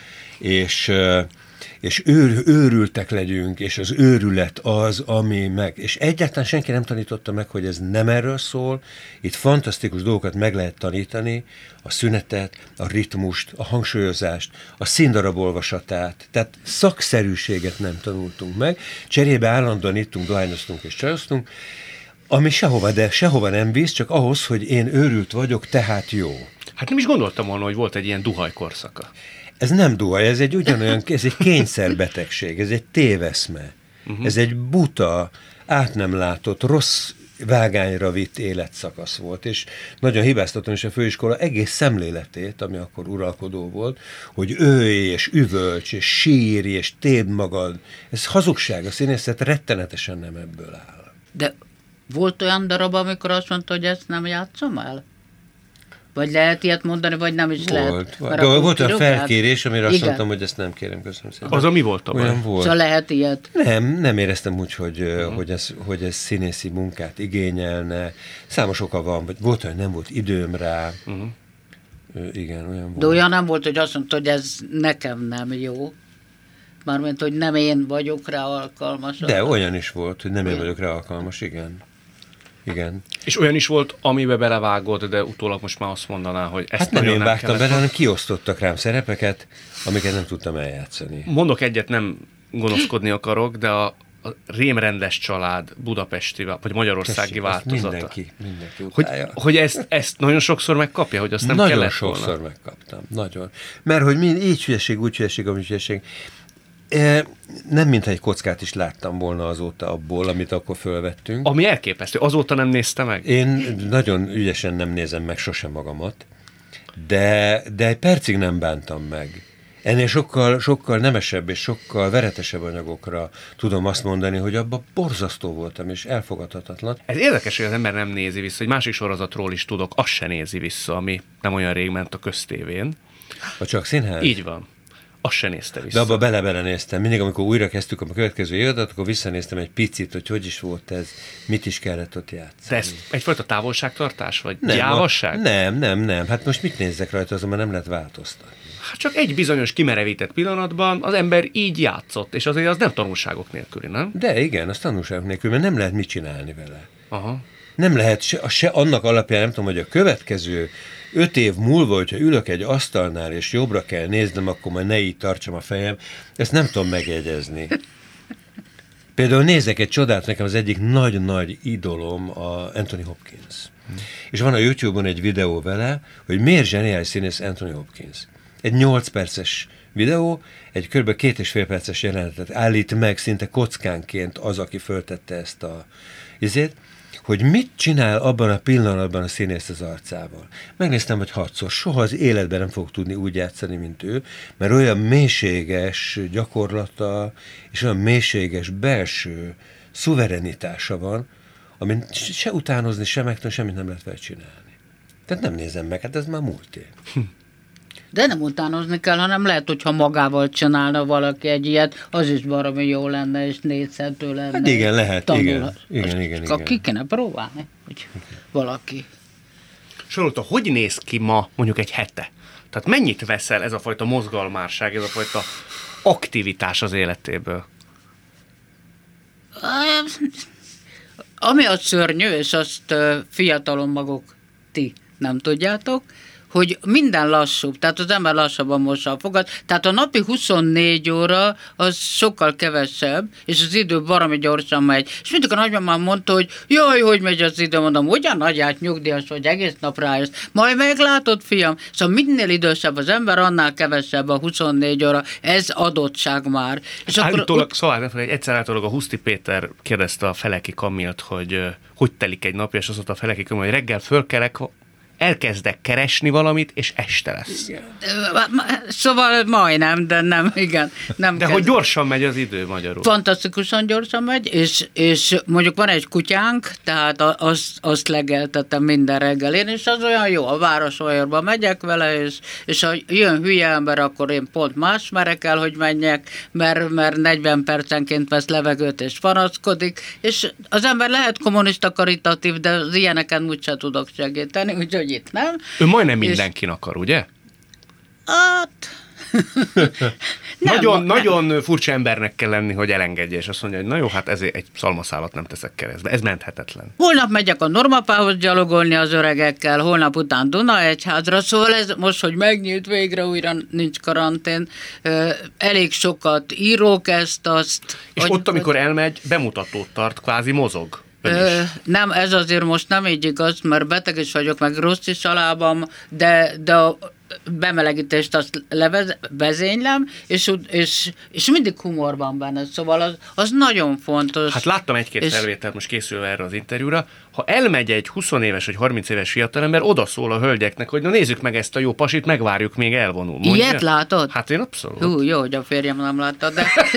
és őrültek legyünk, és az őrület az, ami meg. És egyáltalán senki nem tanította meg, hogy ez nem erről szól. Itt fantasztikus dolgokat meg lehet tanítani, a szünetet, a ritmust, a hangsúlyozást, a színdarab olvasatát. Tehát szakszerűséget nem tanultunk meg. Cserébe állandóan ittunk, dohányoztunk és csajoztunk, ami sehova nem visz, csak ahhoz, hogy én őrült vagyok, tehát jó. Hát nem is gondoltam volna, hogy volt egy ilyen duhaj korszaka. Ez nem duhaj, ez egy kényszerbetegség, ez egy téveszme. Ez egy buta, át nem látott, rossz vágányra vitt életszakasz volt, és nagyon hibáztatom is a főiskola egész szemléletét, ami akkor uralkodó volt, hogy őj, és üvölcs, és sírj, és téd magad. Ez hazugság, a színészet rettenetesen nem ebből áll. De volt olyan darab, amikor azt mondta, hogy ezt nem játszom el? Vagy lehet ilyet mondani, vagy nem is lehet? Volt olyan felkérés, amire azt mondtam, hogy ezt nem kérem, köszönöm szépen. Az a mi volt? Olyan volt. Szóval lehet ilyet? Nem éreztem úgy, hogy ez színészi munkát igényelne. Számos oka van, vagy volt olyan, nem volt időm rá. Igen, olyan volt. De olyan nem volt, hogy azt mondta, hogy ez nekem nem jó. Mármint, hogy nem én vagyok rá alkalmas. De olyan is volt, hogy nem én vagyok rá alkalmas, igen. Igen. És olyan is volt, amibe belevágod, de utólag most már azt mondaná, hogy ezt hát nem én vágtam bele, hanem kiosztottak rám szerepeket, amiket nem tudtam eljátszani. Mondok egyet, nem gonoszkodni akarok, de a rémrendes család budapesti, vagy magyarországi változata. Mindenki hogy ezt nagyon sokszor megkapja, hogy azt nem nagyon kellett sokszor volna. Megkaptam, nagyon. Mert hogy így hülyeség, úgy hülyeség, amúgy hülyeség. Nem mintha egy kockát is láttam volna azóta abból, amit akkor fölvettünk. Ami elképesztő. Azóta nem nézte meg? Én nagyon ügyesen nem nézem meg sosem magamat, de egy percig nem bántam meg. Ennél sokkal nemesebb és sokkal veretesebb anyagokra tudom azt mondani, hogy abban borzasztó voltam, és elfogadhatatlan. Ez érdekes, hogy az ember nem nézi vissza, hogy másik sorozatról is tudok, azt se nézi vissza, ami nem olyan rég ment a köztévén. A Csak Színház? Így van. Azt se nézte vissza. De abba bele néztem. Mindig, amikor újra kezdtük a következő évadat, akkor visszanéztem egy picit, hogy is volt ez, mit is kellett ott játszani. De ez egyfajta távolságtartás, vagy gyávasság? Nem. Hát most mit nézzek rajta, azonban nem lehet változtatni. Hát csak egy bizonyos kimerevített pillanatban az ember így játszott, és azért az nem tanulságok nélküli, nem? De igen, az tanulságok nélkül, mert nem lehet mit csinálni vele. Aha. Nem lehet se annak alapján, nem tudom, hogy a következő 5 év múlva, hogyha ülök egy asztalnál, és jobbra kell néznem, akkor majd ne így tartsam a fejem, ezt nem tudom megjegyezni. Például nézek egy csodát, nekem az egyik nagy-nagy idolom a Anthony Hopkins. És van a YouTube-on egy videó vele, hogy miért zseniális színész Anthony Hopkins. Egy 8 perces videó, egy kb. 2,5 perces jelenetet állít meg szinte kockánként az, aki föltette ezt a izét, hogy mit csinál abban a pillanatban a színész az arcával. Megnéztem, hogy 6-szor, soha az életben nem fog tudni úgy játszani, mint ő, mert olyan mélységes gyakorlata, és olyan mélységes belső szuverenitása van, amit se utánozni, se megtanulni, semmit nem lehet vele csinálni. Tehát nem nézem meg, hát ez már múlté. De nem utánozni kell, hanem lehet, hogyha magával csinálna valaki egy ilyet, az is baromi jó lenne, és nézhető lenne. Hát igen, lehet, igen. Csak ki kéne próbálni, hogy valaki. Sarolta, hogy néz ki ma mondjuk egy hete? Tehát mennyit veszel ez a fajta mozgalmárság, ez a fajta aktivitás az életéből? Ami a szörnyű, és azt fiatalon maguk ti nem tudjátok, hogy minden lassúbb, tehát az ember lassabban mossa a fogat, tehát a napi 24 óra az sokkal kevesebb, és az idő baromi gyorsan megy. És mindig a nagymamám mondta, hogy jaj, hogy megy az idő, mondom, ugyan nagyját nyugdíjas, hogy egész nap rájössz. Majd meglátod, fiam. Szóval minél idősebb az ember, annál kevesebb a 24 óra. Ez adottság már. És állítólag, szóval egyszer állítólag a Huszti Péter kérdezte a Feleki Kamilt, hogy telik egy nap, és azt mondta a Feleki Kamil, hogy reggel fölkelek, elkezdek keresni valamit, és este lesz. Igen. Szóval majdnem, de nem, igen. Nem de hogy gyorsan megy az idő magyarul. Fantasztikusan gyorsan megy, és mondjuk van egy kutyánk, tehát azt legeltetem minden reggel én, és az olyan jó, a Városolyorba megyek vele, és ha jön hülye ember, akkor én pont más merek el, hogy menjek, mert 40 percenként vesz levegőt, és panaszkodik, és az ember lehet kommunista karitatív, de az ilyeneken úgyse tudok segíteni, úgyhogy itt nem. Ő majdnem mindenkin akar, ugye? Hát... nagyon furcsa embernek kell lenni, hogy elengedje, és azt mondja, hogy na jó, hát ezért egy szalmaszálat nem teszek keresztbe. Ez menthetetlen. Holnap megyek a Normapához gyalogolni az öregekkel, holnap után Dunaegyházra, szóval ez most, hogy megnyílt végre, újra nincs karantén, elég sokat írok azt. És ott, amikor elmegy, bemutatót tart, kvázi mozog. Nem, ez azért most nem így igaz, mert beteg is vagyok, meg rossz is a lábam, de a bemelegítést azt vezénylem, és mindig humor van benne, szóval az nagyon fontos. Hát láttam egy-két felvételt most készülve erre az interjúra, ha elmegy egy 20 éves vagy 30 éves fiatalember, odaszól a hölgyeknek, hogy na nézzük meg ezt a jó pasit, megvárjuk, még elvonul. Mondja? Ilyet látod? Hát én abszolút. Hú, jó, hogy a férjem nem látta,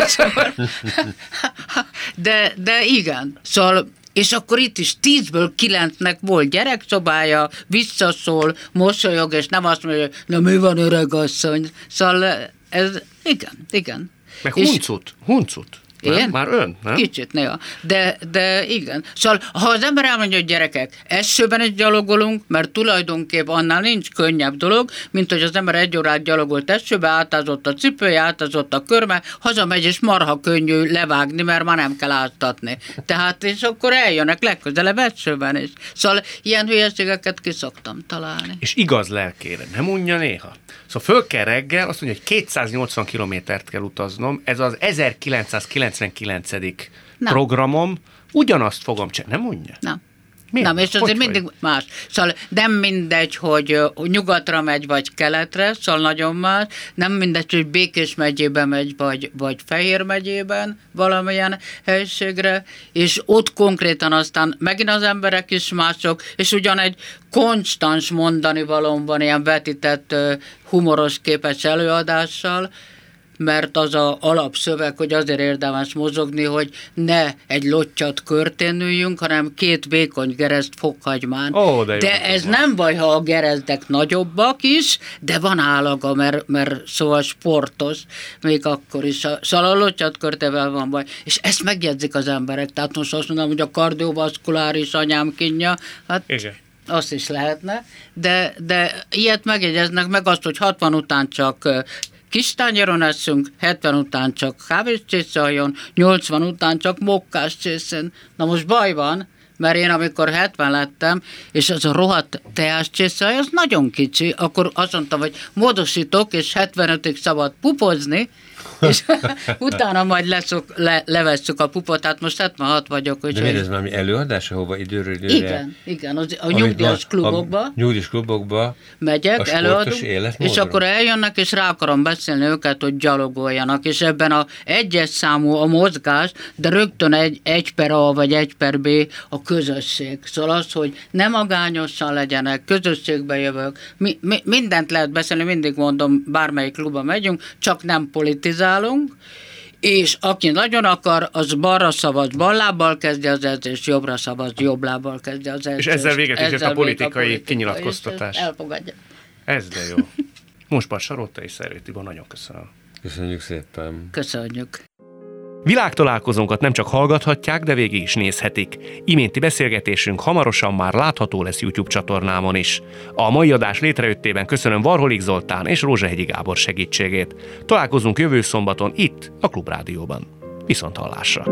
de igen, szóval és akkor itt is 10-ből 9-nek volt gyerekszobája, visszaszól, mosolyog, és nem azt mondja, hogy na mi van, öregasszony. Szóval ez, igen. Meg huncut. Én? Már ön, nem? Kicsit néha. De igen. Szóval, ha az ember elmondja, hogy gyerekek, esőben is gyalogolunk, mert tulajdonképp annál nincs könnyebb dolog, mint hogy az ember 1 órát gyalogolt esőbe, átázott a cipője, átázott a körme, hazamegy, és marha könnyű levágni, mert már nem kell áttatni. Tehát, és akkor eljönnek legközelebb esőben is. Szóval ilyen hülyeségeket ki szoktam találni. És igaz lelkére, nem unja néha? Szóval föl kell reggel, azt mondja, hogy 280 kilométert kell utaznom, ez az 1999. programom, ugyanazt fogom csinálni. Nem mondja? Nem. Nem, és azért mindig más. Szóval nem mindegy, hogy nyugatra megy, vagy keletre, szóval nagyon más. Nem mindegy, hogy Békés megyébe megy, vagy Fehér megyében valamilyen helységre, és ott konkrétan aztán megint az emberek is mások, és ugyan egy konstans mondani valóban ilyen vetített humoros képes előadással, mert az az alapszöveg, hogy azért érdemes mozogni, hogy ne egy lottyat körtén üljünk, hanem 2 vékony gerezt fokhagymán. De ez nem baj, ha a gerezdek nagyobbak is, de van állaga, mert szóval sportos, még akkor is. Szóval a lottyat körtével van baj. És ezt megjegyzik az emberek. Tehát most azt mondom, hogy a kardiovaszkuláris anyám kínja, hát igen. Azt is lehetne, de ilyet megjegyeznek, meg azt, hogy 60 után csak kis tányéron eszünk, 70 után csak kávéscsészaljon, 80 után csak mokkás csészen. Na most baj van, mert én amikor 70 lettem, és az a rohadt teáscsészalj, az nagyon kicsi, akkor azt mondtam, hogy módosítok, és 75-ig szabad pupozni, és utána majd levesszük a pupot, hát most 76 vagyok. De miért ez valami előadás, ahova időről időre? Igen, a nyugdíjas klubokba. A nyugdíjas klubokba megyek, előadunk, és akkor eljönnek, és rá akarom beszélni őket, hogy gyalogoljanak, és ebben a 1-es számú a mozgás, de rögtön 1 per A vagy 1 per B a közösség. Szóval az, hogy nem magányosan legyenek, közösségbe jövök, mindent lehet beszélni, mindig mondom, bármelyik klubba megyünk, csak nem politizálunk, és aki nagyon akar, az balra szavaz, bal lábbal kezdje az edzést, jobbra szavaz, jobb lábbal kezdje az edzést. És ezzel véget is a politikai kinyilatkoztatás. Elfogadja. Ez de jó. Monspart Sarolta és Szervé Tibor, nagyon köszönöm. Köszönjük szépen. Köszönjük. Világtalálkozónkat nem csak hallgathatják, de végig is nézhetik. Iménti beszélgetésünk hamarosan már látható lesz YouTube csatornámon is. A mai adás létrejöttében köszönöm Varholik Zoltán és Rózsahegyi Gábor segítségét. Találkozunk jövő szombaton itt, a Klubrádióban. Viszont hallásra!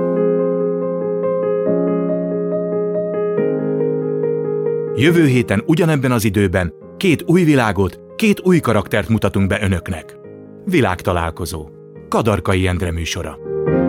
Jövő héten ugyanebben az időben 2 új világot, 2 új karaktert mutatunk be önöknek. Világtalálkozó. Kadarkai Endre műsora.